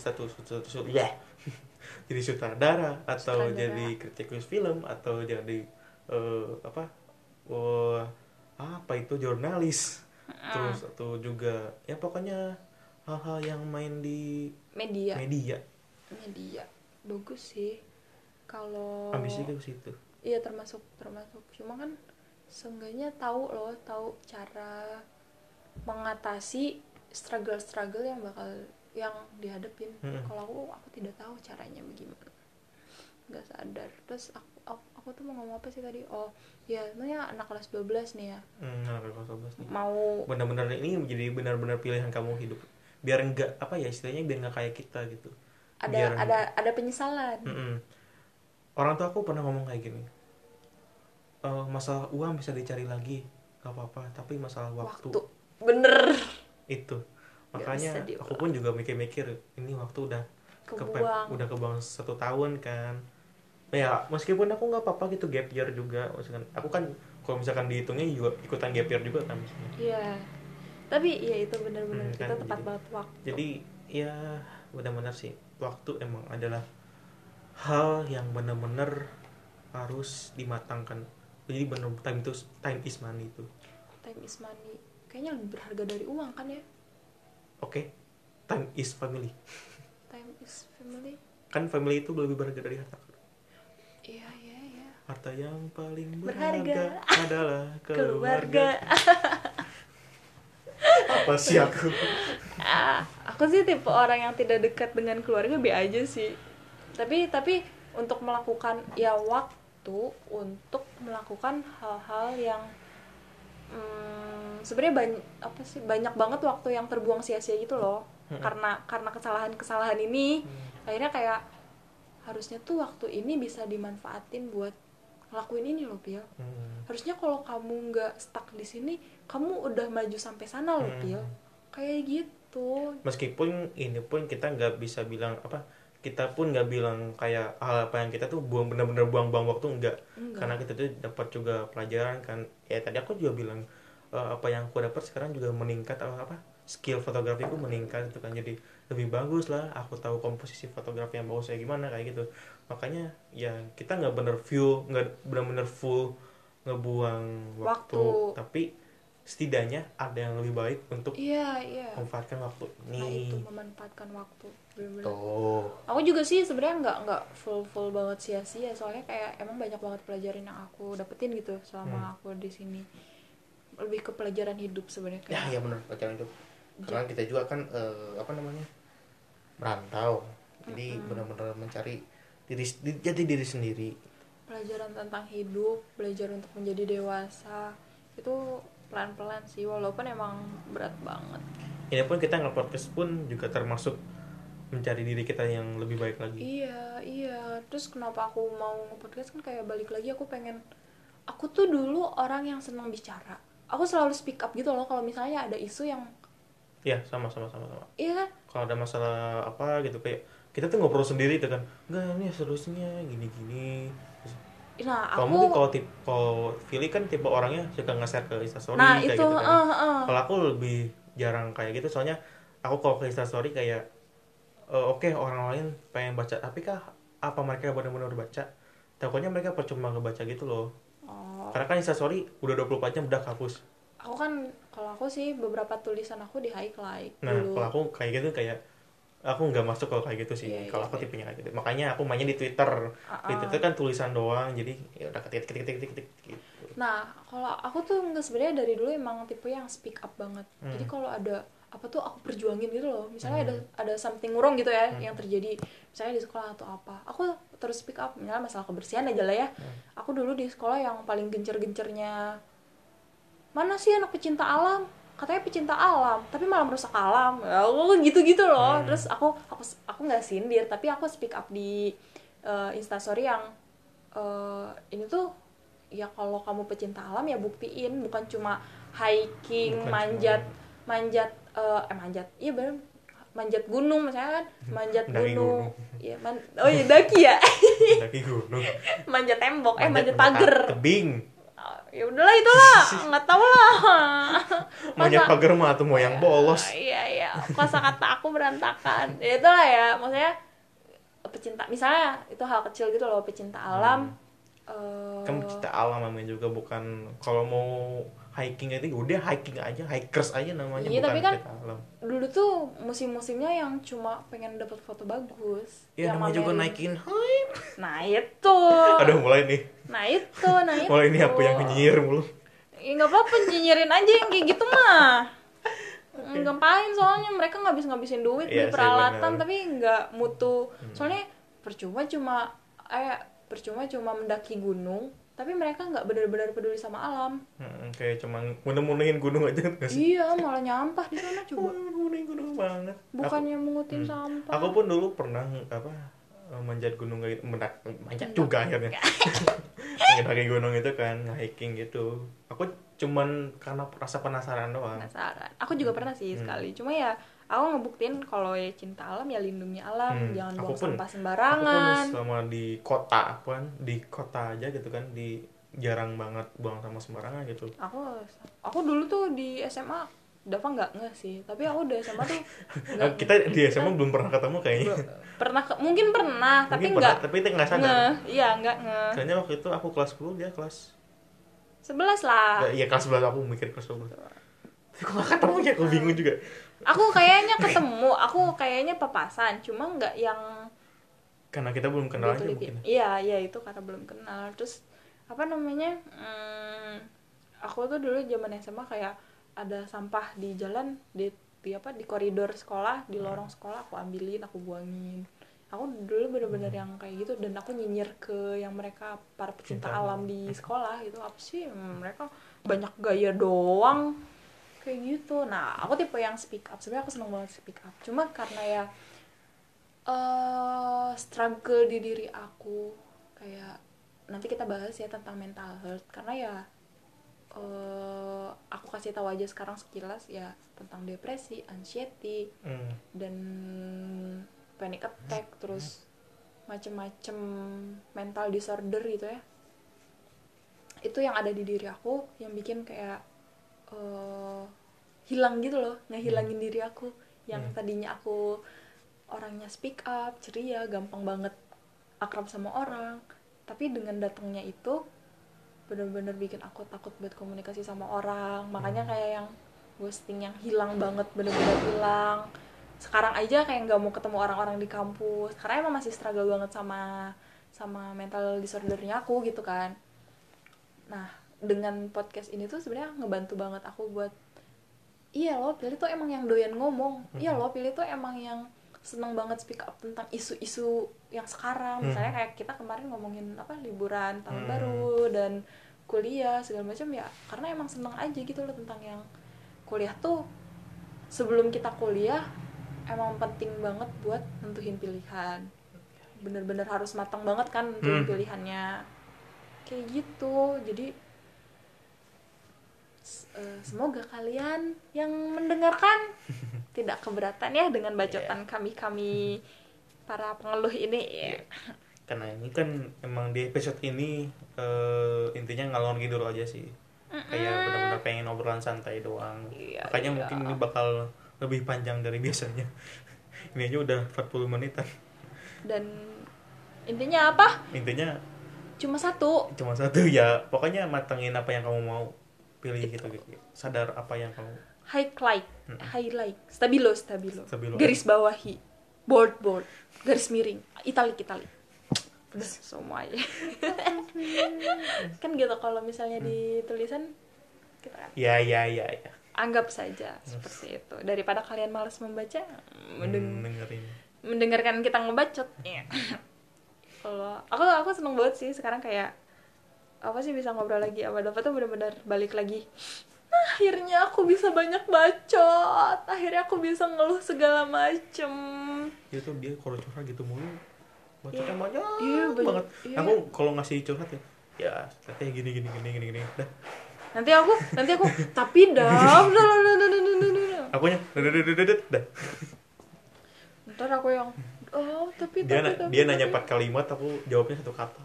jadi sutradara atau jadi kritikus film atau jadi apa itu jurnalis, terus atau juga ya pokoknya hal-hal yang main di media bagus sih kalau ambisi ke situ. Iya termasuk cuma kan seenggaknya tahu cara mengatasi struggle yang dihadapin. Kalau aku tidak tahu caranya bagaimana, nggak sadar. Terus aku tuh mau ngomong apa sih tadi? Oh ya, sebenarnya anak kelas 12 nih ya. Anak kelas 12 nih. Mau benar-benar ini menjadi benar-benar pilihan kamu hidup. Biar enggak apa ya istilahnya, biar enggak kayak kita gitu. Ada penyesalan. Orang tua aku pernah ngomong kayak gini. Masalah uang bisa dicari lagi, gak apa-apa, tapi masalah waktu. Bener. Itu. Makanya aku pun juga mikir-mikir, ini waktu udah kebuang 1 tahun kan. Ya meskipun aku nggak apa-apa gitu gap year juga, maksudnya aku kan kalau misalkan dihitungnya juga ikutan gap year juga kan. Iya. Tapi ya itu benar-benar kita tepat banget waktu. Jadi ya benar-benar sih waktu emang adalah hal yang benar-benar harus dimatangkan. Jadi benar time is money itu. Time is money. Kayaknya lebih berharga dari uang kan ya? Oke. Time is family. Time is family. Kan family itu lebih berharga dari harta. Iya. Harta yang paling berharga adalah keluarga. Apa sih aku? Aku sih tipe orang yang tidak dekat dengan keluarga, be aja sih. Tapi untuk melakukan ya waktu untuk melakukan hal-hal yang sebenarnya banyak banget waktu yang terbuang sia-sia gitu loh. Karena kesalahan ini akhirnya kayak harusnya tuh waktu ini bisa dimanfaatin buat ngelakuin ini loh Pil. Harusnya kalau kamu nggak stuck di sini, kamu udah maju sampai sana loh Pil. Kayak gitu. Meskipun ini pun kita nggak bisa bilang apa, kita pun nggak bilang kayak hal apa yang kita tuh benar-benar buang-buang waktu, enggak. Karena kita tuh dapat juga pelajaran kan. Ya tadi aku juga bilang apa yang aku dapat sekarang juga meningkat, apa skill fotografiku meningkat itu kan, jadi lebih bagus lah. Aku tahu komposisi fotografi yang bagus kayak gimana kayak gitu. Makanya ya kita nggak benar-benar full ngebuang waktu. Tapi setidaknya ada yang lebih baik untuk memanfaatkan waktu ini. Nah itu memanfaatkan waktu bener-bener. Aku juga sih sebenarnya nggak full banget sia-sia, soalnya kayak emang banyak banget pelajaran yang aku dapetin gitu selama aku di sini. Lebih ke pelajaran hidup sebenarnya kayak. Ya benar, pelajaran hidup. Karena kita juga kan merantau. Jadi benar-benar mencari jadi diri sendiri. Pelajaran tentang hidup, belajar untuk menjadi dewasa itu pelan-pelan sih, walaupun emang berat banget. Ini pun kita nge-podcast pun juga termasuk mencari diri kita yang lebih baik lagi. Iya. Terus kenapa aku mau nge-podcast kan kayak balik lagi aku pengen, aku tuh dulu orang yang senang bicara. Aku selalu speak up gitu loh kalau misalnya ada isu yang Ya, sama. iya kan? Kalau ada masalah apa gitu kayak kita tuh ngobrol sendiri tuh kan. Enggak, ini seterusnya gini. Nah, Kalau mungkin kalau Vili kan tipe orangnya suka nge-share ke Instastory nah kayak itu gitu kan. Kalau aku lebih jarang kayak gitu soalnya aku kalau ke Instastory kayak oke, orang lain pengen baca tapi kah apa mereka benar-benar baca? Takutnya mereka percuma ngebaca gitu loh. oh, Karena kan Instastory udah 24 jam udah hapus. aku kan kalau aku sih beberapa tulisan aku di highlight Nah, dulu. kalau aku kayak gitu kayak aku nggak masuk kalau kayak gitu sih. Iya, Kalau iya, aku iya. tipenya kayak gitu. Makanya aku mainnya di Twitter. Di Twitter kan tulisan doang, jadi ya udah ketik gitu. Nah, kalau aku tuh nggak, sebenarnya dari dulu emang tipe yang speak up banget. Jadi kalau ada apa tuh aku perjuangin gitu loh. Misalnya ada something wrong gitu ya yang terjadi, misalnya di sekolah atau apa, aku terus speak up. Misalnya masalah kebersihan aja lah ya. Aku dulu di sekolah yang paling gencer-gencernya, mana sih anak pecinta alam, katanya pecinta alam tapi malah merusak alam ya, aku gitu loh. Terus aku nggak sindir tapi aku speak up di Instastory yang ini tuh ya, kalau kamu pecinta alam ya buktiin, bukan cuma hiking, Bukan manjat manjat iya bener, manjat gunung misalnya kan, manjat Mendaki gunung gunung. ya oh ya daki ya Mendaki gunung. manjat tembok manjat pagar. Tebing. Ya udahlah itulah, nggak tahu lah. Manjat pagar mah tuh mau yang bolos. Iya, kosakata aku berantakan. Ya itulah ya, maksudnya pecinta, misalnya itu hal kecil gitu loh, pecinta alam. Kan pecinta alam namanya juga, bukan kalau mau hiking itu udah hiking aja, hikers aja namanya, Iya, bukan tapi kan pecinta alam. dulu tuh musim-musimnya yang cuma pengen dapat foto bagus. Ya yang namanya juga mamerin. naikin hype. Nah itu. Aduh mulai nih. Nah itu. Mulai ini apa yang nyinyir mulu. Ya nggak apa-apa, nyinyirin aja yang kayak gitu mah. Ngapain, soalnya mereka ngabisin duit Iya beli sih, peralatan bener. tapi nggak mutu. Soalnya percuma cuma mendaki gunung tapi mereka nggak benar-benar peduli sama alam. Kayak cuma munemunehin gunung aja nggak sih? Iya, malah nyampah di sana coba. Munemunehin gunung banget. Bukannya mengutin sampah. Aku pun dulu pernah manjat gunung kayak gitu, manjat juga akhirnya. Mendaki gunung itu kan, hiking gitu. Aku cuman karena rasa penasaran doang. Penasaran. Aku juga pernah sih sekali. Cuma ya aku ngebuktiin kalau ya cinta alam ya lindungi alam, jangan buang sampah sembarangan. Aku pun selama di kota di kota aja gitu kan, jarang banget buang sampah sembarangan gitu. Aku dulu tuh di SMA Dava nggak nge sih, tapi aku udah SMA tuh Kita di SMA belum pernah ketemu kayaknya. mungkin pernah tapi nggak Tapi kita nggak sadar. Iya, nggak nge. Soalnya waktu itu aku kelas 10, dia kelas 11 lah. Iya kelas 11, aku mikir kelas 12. Tapi kok nggak ketemu ya, aku bingung juga. Aku kayaknya ketemu, aku kayaknya papasan, cuma nggak yang Karena kita belum kenal aja mungkin. Iya itu karena belum kenal. Terus apa namanya? Aku tuh dulu zaman SMA kayak ada sampah di jalan, di koridor sekolah, di lorong sekolah, aku ambilin, aku buangin. Aku dulu bener-bener yang kayak gitu, dan aku nyinyir ke yang mereka para pecinta alam di sekolah gitu. Apa sih mereka banyak gaya doang kayak gitu. Nah, aku tipe yang speak up. Sebenarnya aku seneng banget speak up. Cuma karena ya struggle di diri aku, kayak nanti kita bahas ya tentang mental health, karena ya aku kasih tahu aja sekarang sekilas ya tentang depresi, anxiety, dan panic attack, terus macem-macem mental disorder gitu ya. Itu yang ada di diri aku yang bikin kayak hilang gitu loh, ngehilangin diri aku yang tadinya aku orangnya speak up, ceria, gampang banget akrab sama orang, tapi dengan datangnya itu benar-benar bikin aku takut buat komunikasi sama orang. Makanya kayak yang ghosting yang hilang banget, benar-benar hilang. Sekarang aja kayak nggak mau ketemu orang-orang di kampus karena emang masih struggle banget sama mental disordernya aku gitu kan. Nah, dengan podcast ini tuh sebenarnya ngebantu banget aku buat, iya loh, Pilih tuh emang yang doyan ngomong. Iya loh, Pilih tuh emang yang seneng banget speak up tentang isu-isu yang sekarang. Misalnya kayak kita kemarin ngomongin apa, liburan tahun baru dan kuliah segala macam ya, karena emang seneng aja gitu loh tentang yang kuliah tuh. Sebelum kita kuliah emang penting banget buat nentuin pilihan, bener-bener harus matang banget kan nentuin pilihannya kayak gitu. Jadi semoga kalian yang mendengarkan tidak keberatan ya dengan bacotan kami para pengeluh ini ya. Karena ini kan emang di episode ini intinya ngalor ngidul aja sih. Kayak benar-benar pengen obrolan santai doang. Iya, Makanya iya. mungkin ini bakal lebih panjang dari biasanya. Ini aja udah 40 menitan. Dan intinya apa? Intinya Cuma satu. ya, pokoknya matengin apa yang kamu mau pilih gitu. Sadar apa yang kamu Highlight, stabilo, garis bawahi, bold, garis miring, italik. Udah semuanya. Kan gitu kalau misalnya di tulisan kita kan ya. anggap saja seperti itu, daripada kalian malas membaca, mendengarkan kita ngebacot. Kalau aku seneng banget sih sekarang, kayak apa sih bisa ngobrol lagi sama Dava tuh benar-benar balik lagi. Akhirnya aku bisa banyak bacot, akhirnya aku bisa ngeluh segala macem. Ya tuh dia kalau curhat gitu mulu, bacotnya banyak banget. Iya. Aku kalau ngasih curhat ya katanya gini. Dah. Nanti aku tapi dah. Akunya dah. Ntar aku yang tapi Dia nanya 4 kalimat, aku jawabnya 1 kata.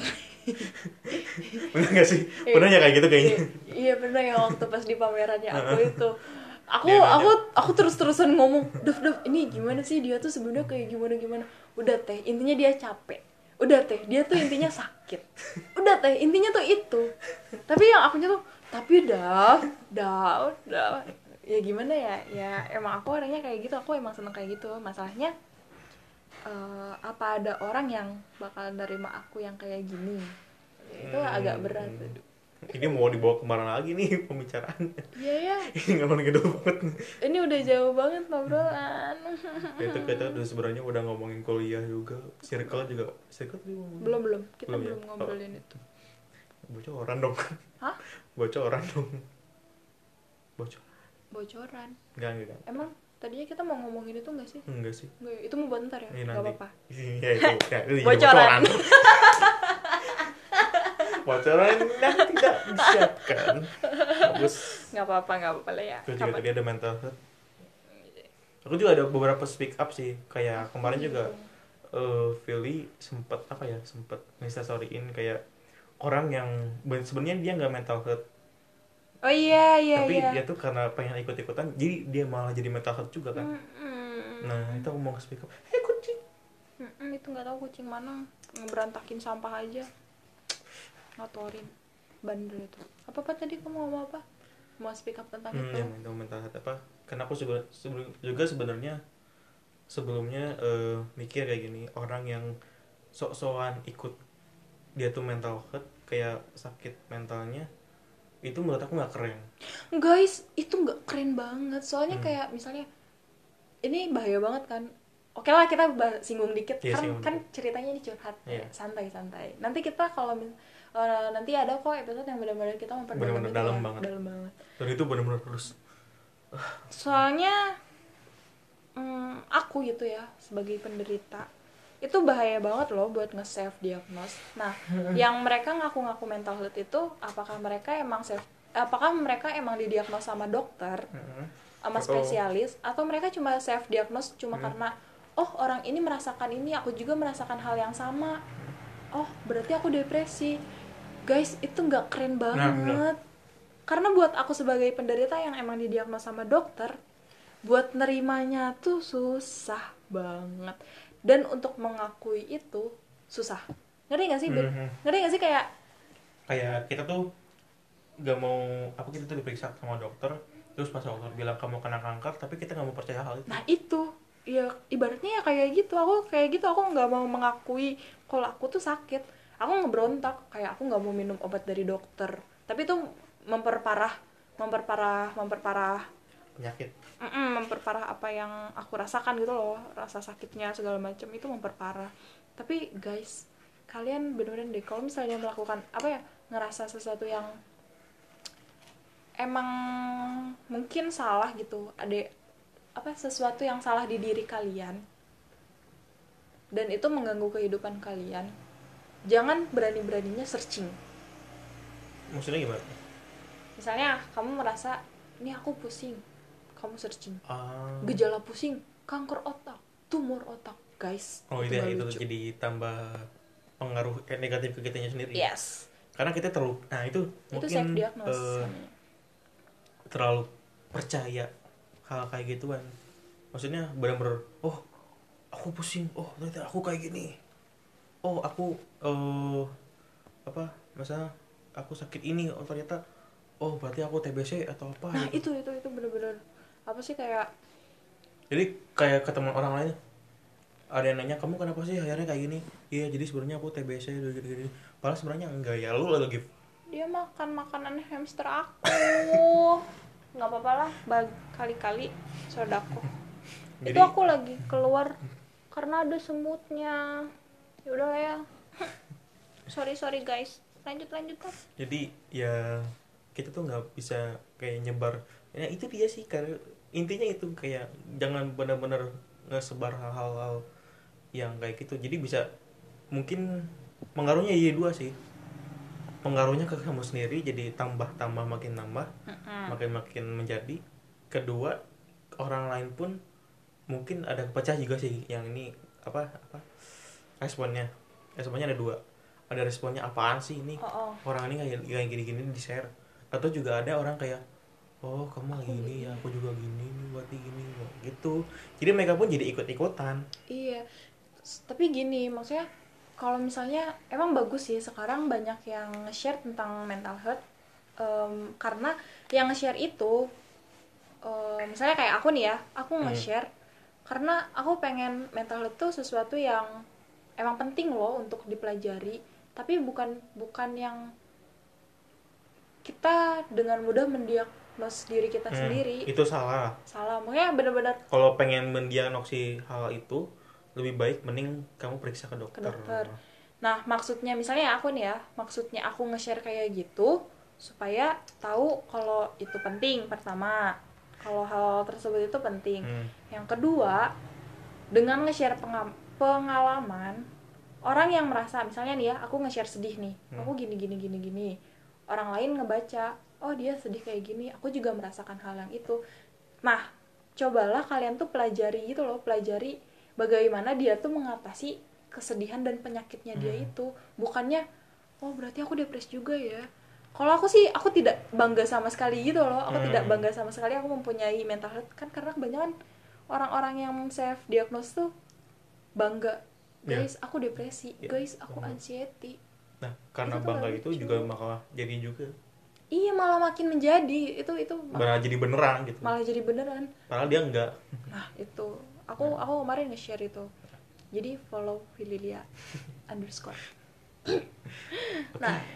Bener gak sih? Pernah ya kayak gitu kayaknya. Iya pernah ya, waktu pas di pamerannya aku itu. Aku terus-terusan ngomong, Dev, ini gimana sih dia tuh sebenarnya kayak gimana. Udah teh, intinya dia capek. Udah teh, dia tuh intinya sakit. Udah teh, intinya tuh itu. Tapi yang akunya tuh, tapi dah. Ya gimana ya? Ya emang aku orangnya kayak gitu, aku emang seneng kayak gitu. Masalahnya apa ada orang yang bakal nerima aku yang kayak gini? Itu agak berat. Ini mau dibawa kemana lagi nih pembicaraan? Iya ya. Ini ngalor ngidul banget. Ini udah jauh banget ngobrolan. Itu kita udah sebenarnya udah ngomongin kuliah juga, circle tadi ngomongin. Belum. Kita Belum ya? belum ngobrolin itu. Bocoran dong. Hah? Bocoran dong. Bocoran. Enggak. Emang tadinya kita mau ngomongin itu nggak sih? Enggak sih. Nggak, itu mau buat ntar ya? Nggak apa-apa. Ya itu. Bocoran. Bocoran yang tidak disiapkan. Bagus. Nggak apa-apa lah ya. Terus juga tadi ada mental health. Aku juga ada beberapa speak up sih. Kayak kemarin juga Philly sempet Instastoryin kayak orang yang sebenarnya dia nggak mental health. Oh iya. Tapi dia tuh karena pengen ikut-ikutan, jadi dia malah jadi mental health juga kan. Nah itu aku mau speak up. Hei kucing. Itu nggak tahu kucing mana ngeberantakin sampah aja. Ngatorin bandel itu. Apa tadi kamu ngomong apa? Mau speak up tentang itu? Yang itu mental health apa? Karena aku juga sebenarnya sebelumnya mikir kayak gini, orang yang sok-sokan ikut dia tuh mental health, kayak sakit mentalnya, itu menurut aku nggak keren. Guys, itu nggak keren banget. Soalnya kayak misalnya ini bahaya banget kan. Oke lah kita singgung dikit, kan ceritanya ini curhat, santai. Nanti kita kalau nanti ada kok episode yang benar-benar kita memperdalam itu dalam ya, banget. dalam banget. Dan itu benar-benar harus. Soalnya aku gitu ya sebagai penderita itu bahaya banget loh buat nge-self diagnose. Nah, yang mereka ngaku-ngaku mental health itu apakah mereka emang didiagnos sama dokter, sama spesialis, atau mereka cuma self diagnose cuma karena orang ini merasakan ini, aku juga merasakan hal yang sama. Berarti aku depresi. Guys, itu nggak keren banget. Karena buat aku sebagai penderita yang emang didiagnos sama dokter, buat nerimanya tuh susah banget. Dan untuk mengakui itu susah. Ngerti gak sih? Ngerti gak sih kayak kita tuh gak mau, kita tuh diperiksa sama dokter, terus pas dokter bilang kamu kena kanker, tapi kita gak mau percaya hal itu. Nah itu, ya ibaratnya ya kayak gitu. Aku gak mau mengakui kalau aku tuh sakit. Aku ngeberontak, kayak aku gak mau minum obat dari dokter. Tapi itu memperparah penyakit. Memperparah apa yang aku rasakan gitu loh, rasa sakitnya segala macam itu memperparah. Tapi guys, kalian bener-bener deh kalau misalnya melakukan apa ya, ngerasa sesuatu yang emang mungkin salah gitu, ada apa sesuatu yang salah di diri kalian dan itu mengganggu kehidupan kalian, jangan berani-beraninya searching. Maksudnya gimana? Misalnya kamu merasa ini aku pusing, kamu searching Ah. gejala pusing, kanker otak, tumor otak, guys. Oh itu iya, nggak itu lucu. jadi tambah pengaruh negatif ke kitanya sendiri. Yes, Karena kita terlalu, nah itu itu mungkin self diagnose. terlalu percaya hal kayak gituan. Maksudnya benar-benar, oh aku pusing, oh ternyata aku kayak gini, oh aku apa, misalnya aku sakit ini, oh ternyata, oh berarti aku TBC atau apa Nah gitu. itu bener-bener apa sih, kayak Jadi kayak ke teman orang lain, ada yang nanya kamu kenapa sih akhirnya kayak gini, iya jadi sebenarnya aku TBC gini. Padahal sebenarnya enggak, ya lu lagi dia makan makanan hamster aku. Nggak apa-apa lah, kali-kali sodako. jadi Itu aku lagi keluar karena ada semutnya. Ya udah lah ya. sorry guys, lanjut lah. jadi ya kita tuh nggak bisa kayak nyebar, ya itu dia sih, karena intinya itu kayak jangan benar-benar ngesebar hal-hal yang kayak gitu. Jadi bisa mungkin pengaruhnya iya dua sih, pengaruhnya ke kamu sendiri jadi tambah makin nambah, makin menjadi. Kedua, orang lain pun mungkin ada pecah juga sih yang ini, apa responnya ada dua, ada responnya apaan sih ini, orang ini kayak gini-gini di share, atau juga ada orang kayak oh kamu lagi gini ya, aku juga gini nih berarti gini gitu. Jadi mereka pun jadi ikut-ikutan. Iya, tapi gini maksudnya, kalau misalnya emang bagus sih sekarang banyak yang nge-share tentang mental health, karena yang nge-share itu misalnya kayak aku nih ya, aku nge-share karena aku pengen mental health tuh sesuatu yang emang penting loh untuk dipelajari, tapi bukan yang kita dengan mudah mendiagnos diri kita sendiri. Itu salah. Makanya benar-benar Kalau pengen mendiagnosis hal itu, lebih baik mending kamu periksa ke dokter. Nah, maksudnya misalnya aku nih ya, maksudnya aku nge-share kayak gitu supaya tahu kalau itu penting. Pertama, kalau hal tersebut itu penting. Yang kedua, dengan nge-share pengalaman orang yang merasa, misalnya nih ya, aku nge-share sedih nih, aku gini. Orang lain ngebaca, oh dia sedih kayak gini, aku juga merasakan hal yang itu. Nah, cobalah kalian tuh pelajari gitu loh, pelajari bagaimana dia tuh mengatasi kesedihan dan penyakitnya dia itu. Bukannya, oh berarti aku depresi juga ya. Kalau aku sih, aku tidak bangga sama sekali gitu loh. Aku tidak bangga sama sekali aku mempunyai mental health. Kan karena kebanyakan orang-orang yang self diagnose tuh bangga, guys aku depresi, guys aku anxiety. Nah karena bangga itu juga malah jadi juga, iya malah makin menjadi itu malah jadi beneran gitu, malah jadi beneran padahal dia enggak. Nah itu aku kemarin nge-share itu, jadi follow Vililia _ nah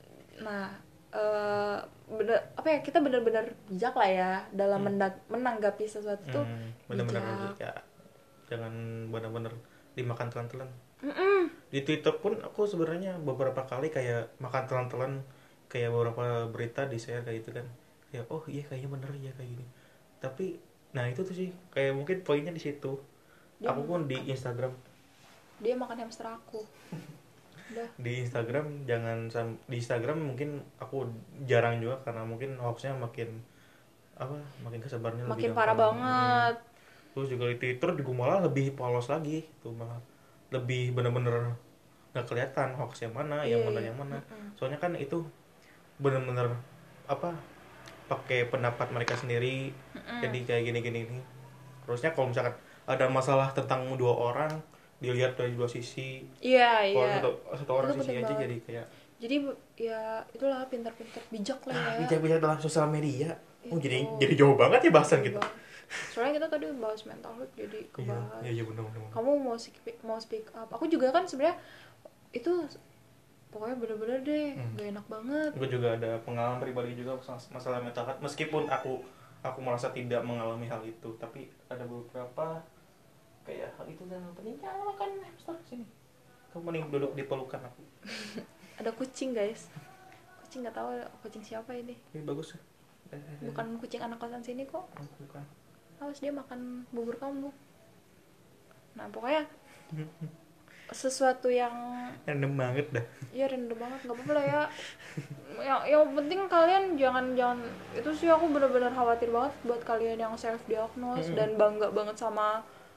bener apa ya, kita benar-benar bijak lah ya dalam menanggapi sesuatu tuh. Bener-bener ya, jangan bener-bener dimakan telan-telan. Di Twitter pun aku sebenarnya beberapa kali kayak makan telan-telan, kayak beberapa berita di share kayak gitu kan, ya oh iya kayaknya bener ya kayak gini. Tapi nah itu tuh sih kayak mungkin poinnya di situ. Aku pun di Instagram, dia makan hamster aku. Udah. Di Instagram mungkin aku jarang juga karena mungkin hoaxnya makin kesebarnya makin lebih parah banget. Terus juga di Twitter juga malah lebih polos lagi tuh, malah lebih bener-bener nggak kelihatan hoax yang mana, yang mana. Soalnya kan itu bener-bener pakai pendapat mereka sendiri. Jadi kayak gini. Terusnya kalau misalkan ada masalah tentang dua orang, dilihat dari dua sisi. Iya. Kalau satu orang sisi aja banget. jadi kayak. Jadi ya itulah pintar-pintar bijak lah ya. Bijak dalam sosial media. Oh jadi jauh banget ya bahasan kita. Soalnya kita tadi bahas mental health jadi kebahas. Iya benar. Kamu mau speak up. Aku juga kan sebenarnya itu pokoknya bener-bener deh gak enak banget. Gue juga ada pengalaman pribadi juga masalah mental health, meskipun aku aku merasa tidak mengalami hal itu, tapi ada beberapa kayak hal itu dan pentingnya kan hamster sini. Kamu mending duduk di pelukan aku. Ada kucing guys, kucing nggak tahu kucing siapa ini. Ini bagus. Bukan kucing anak kosan sini kok. Bukan. Awas dia makan bubur kamu. Nah pokoknya sesuatu yang Random banget dah. ya random banget, nggak apa-apa lah ya. Yang penting kalian jangan itu sih, aku benar-benar khawatir banget buat kalian yang self diagnose dan bangga banget sama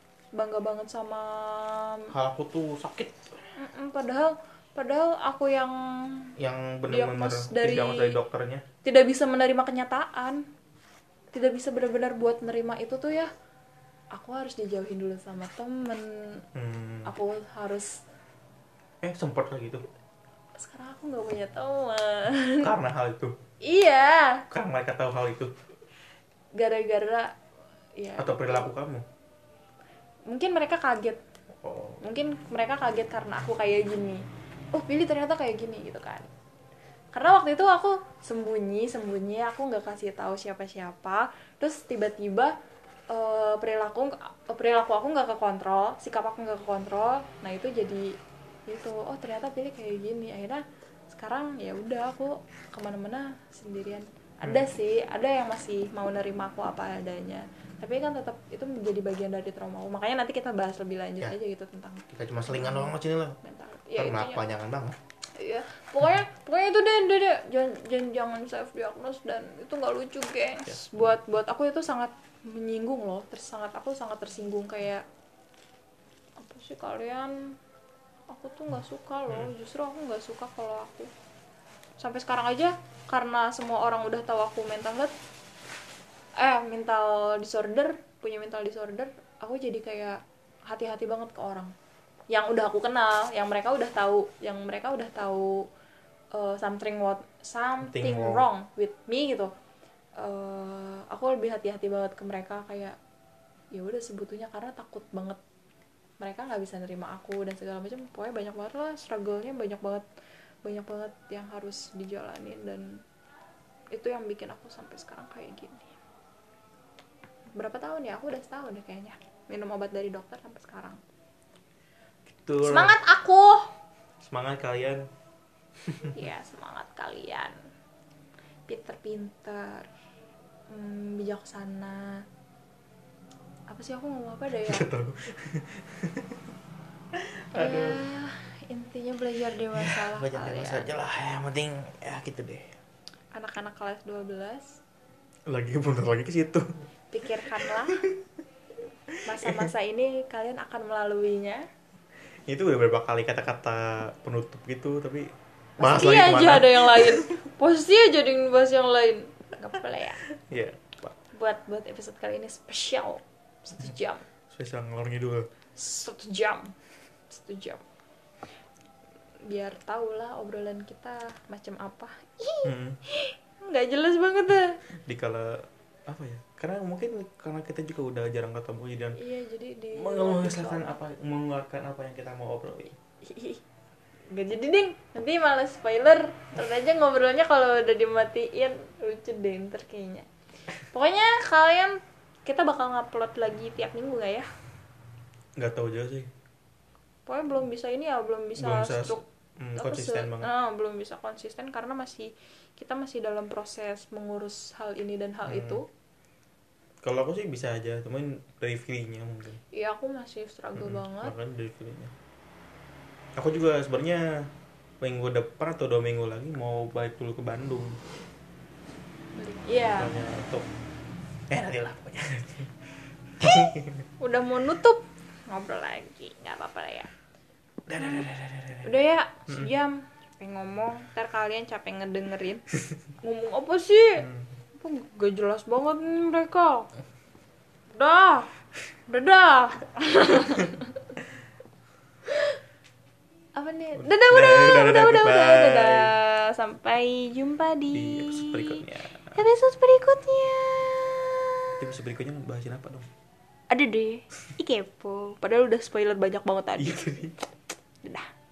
Hal aku tuh sakit. padahal aku yang benar-benar dari dokternya tidak bisa menerima kenyataan, tidak bisa benar-benar buat menerima itu tuh ya. Aku harus dijauhin dulu sama temen, aku harus sempat kayak gitu. Sekarang aku nggak punya teman Karena hal itu. iya, Karena mereka tahu hal itu. gara-gara ya Atau perilaku kamu. mungkin mereka kaget. Mungkin mereka kaget karena aku kayak gini. Oh Billy ternyata kayak gini gitu kan. Karena waktu itu aku sembunyi, aku nggak kasih tahu siapa-siapa. Terus tiba-tiba perilaku aku nggak kekontrol, sikap aku nggak kekontrol. Nah itu jadi itu, oh ternyata Billy kayak gini. Akhirnya sekarang ya udah aku kemana-mana sendirian. Ada sih, ada yang masih mau nerima aku apa adanya. Tapi kan tetap itu menjadi bagian dari trauma. Makanya nanti kita bahas lebih lanjut aja gitu tentang. Kita cuma selingan doang sini lah. Ya karena kepanjangan banget. Iya, pokoknya itu deh, jangan self diagnose dan itu nggak lucu, gengs. Buat aku itu sangat menyinggung loh, aku sangat tersinggung kayak apa sih kalian? Aku tuh nggak suka loh, justru aku nggak suka kalau aku sampai sekarang aja karena semua orang udah tahu aku mental punya mental disorder, aku jadi kayak hati-hati banget ke orang yang udah aku kenal, yang mereka udah tahu something wrong with me gitu. Aku lebih hati-hati banget ke mereka, kayak ya udah sebetulnya karena takut banget mereka nggak bisa nerima aku dan segala macam. Pokoknya banyak banget lah struggle-nya, banyak banget yang harus dijalanin, dan itu yang bikin aku sampai sekarang kayak gini. Berapa tahun ya? Aku udah setahun deh kayaknya minum obat dari dokter sampai sekarang. Betul. Semangat aku. Semangat kalian. Iya, semangat kalian. Pinter-pinter, bijaksana. Apa sih aku ngomong apa deh ya? Aduh. Ya, intinya belajar dewasa lah. Belajar dewasa aja lah, yang penting ya gitu deh. Anak-anak kelas 12. Lagi bentar lagi ke situ. Pikirkanlah. Masa-masa ini kalian akan melaluinya. Itu udah berapa kali kata-kata penutup gitu, tapi pasti aja ada yang lain. Pasti aja ada yang bahas yang lain. Gak apa-apa ya. Iya. Buat episode kali ini spesial 1 jam. Spesial ngalor ngidul. 1 jam. Biar tau lah obrolan kita macam apa. Nggak jelas banget dah. Dikala apa ya? Karena kita juga udah jarang ketemu dan iya, jadi mengeluarkan apa yang kita mau obrolin. Gak jadi ding, nanti malah spoiler. Terus aja ngobrolnya kalau udah dimatiin, lucu deh ntar kayaknya. Pokoknya kita bakal ngupload lagi tiap minggu gak ya? Gak tahu juga sih. Pokoknya belum bisa konsisten banget. Belum bisa konsisten karena kita masih dalam proses mengurus hal ini dan hal itu. Kalau aku sih bisa aja, cuman dari feelingnya mungkin. Iya, aku masih struggle banget. Makanya dari feelingnya. Aku juga sebenarnya minggu depan atau 2 minggu lagi mau balik dulu ke Bandung. Iya. Untuk nanti lah pokoknya. Udah mau nutup, ngobrol lagi, nggak apa-apa lah ya. Udah ya, sejam. Capek ngomong, ntar kalian capek ngedengerin. Ngomong apa sih? Gak jelas banget nih mereka. Udah dah. Apa nih? Udah. Sampai jumpa di episode berikutnya. Episode berikutnya bahasin apa dong? Ada deh. Ih kepo. Padahal udah spoiler banyak banget tadi. Udah.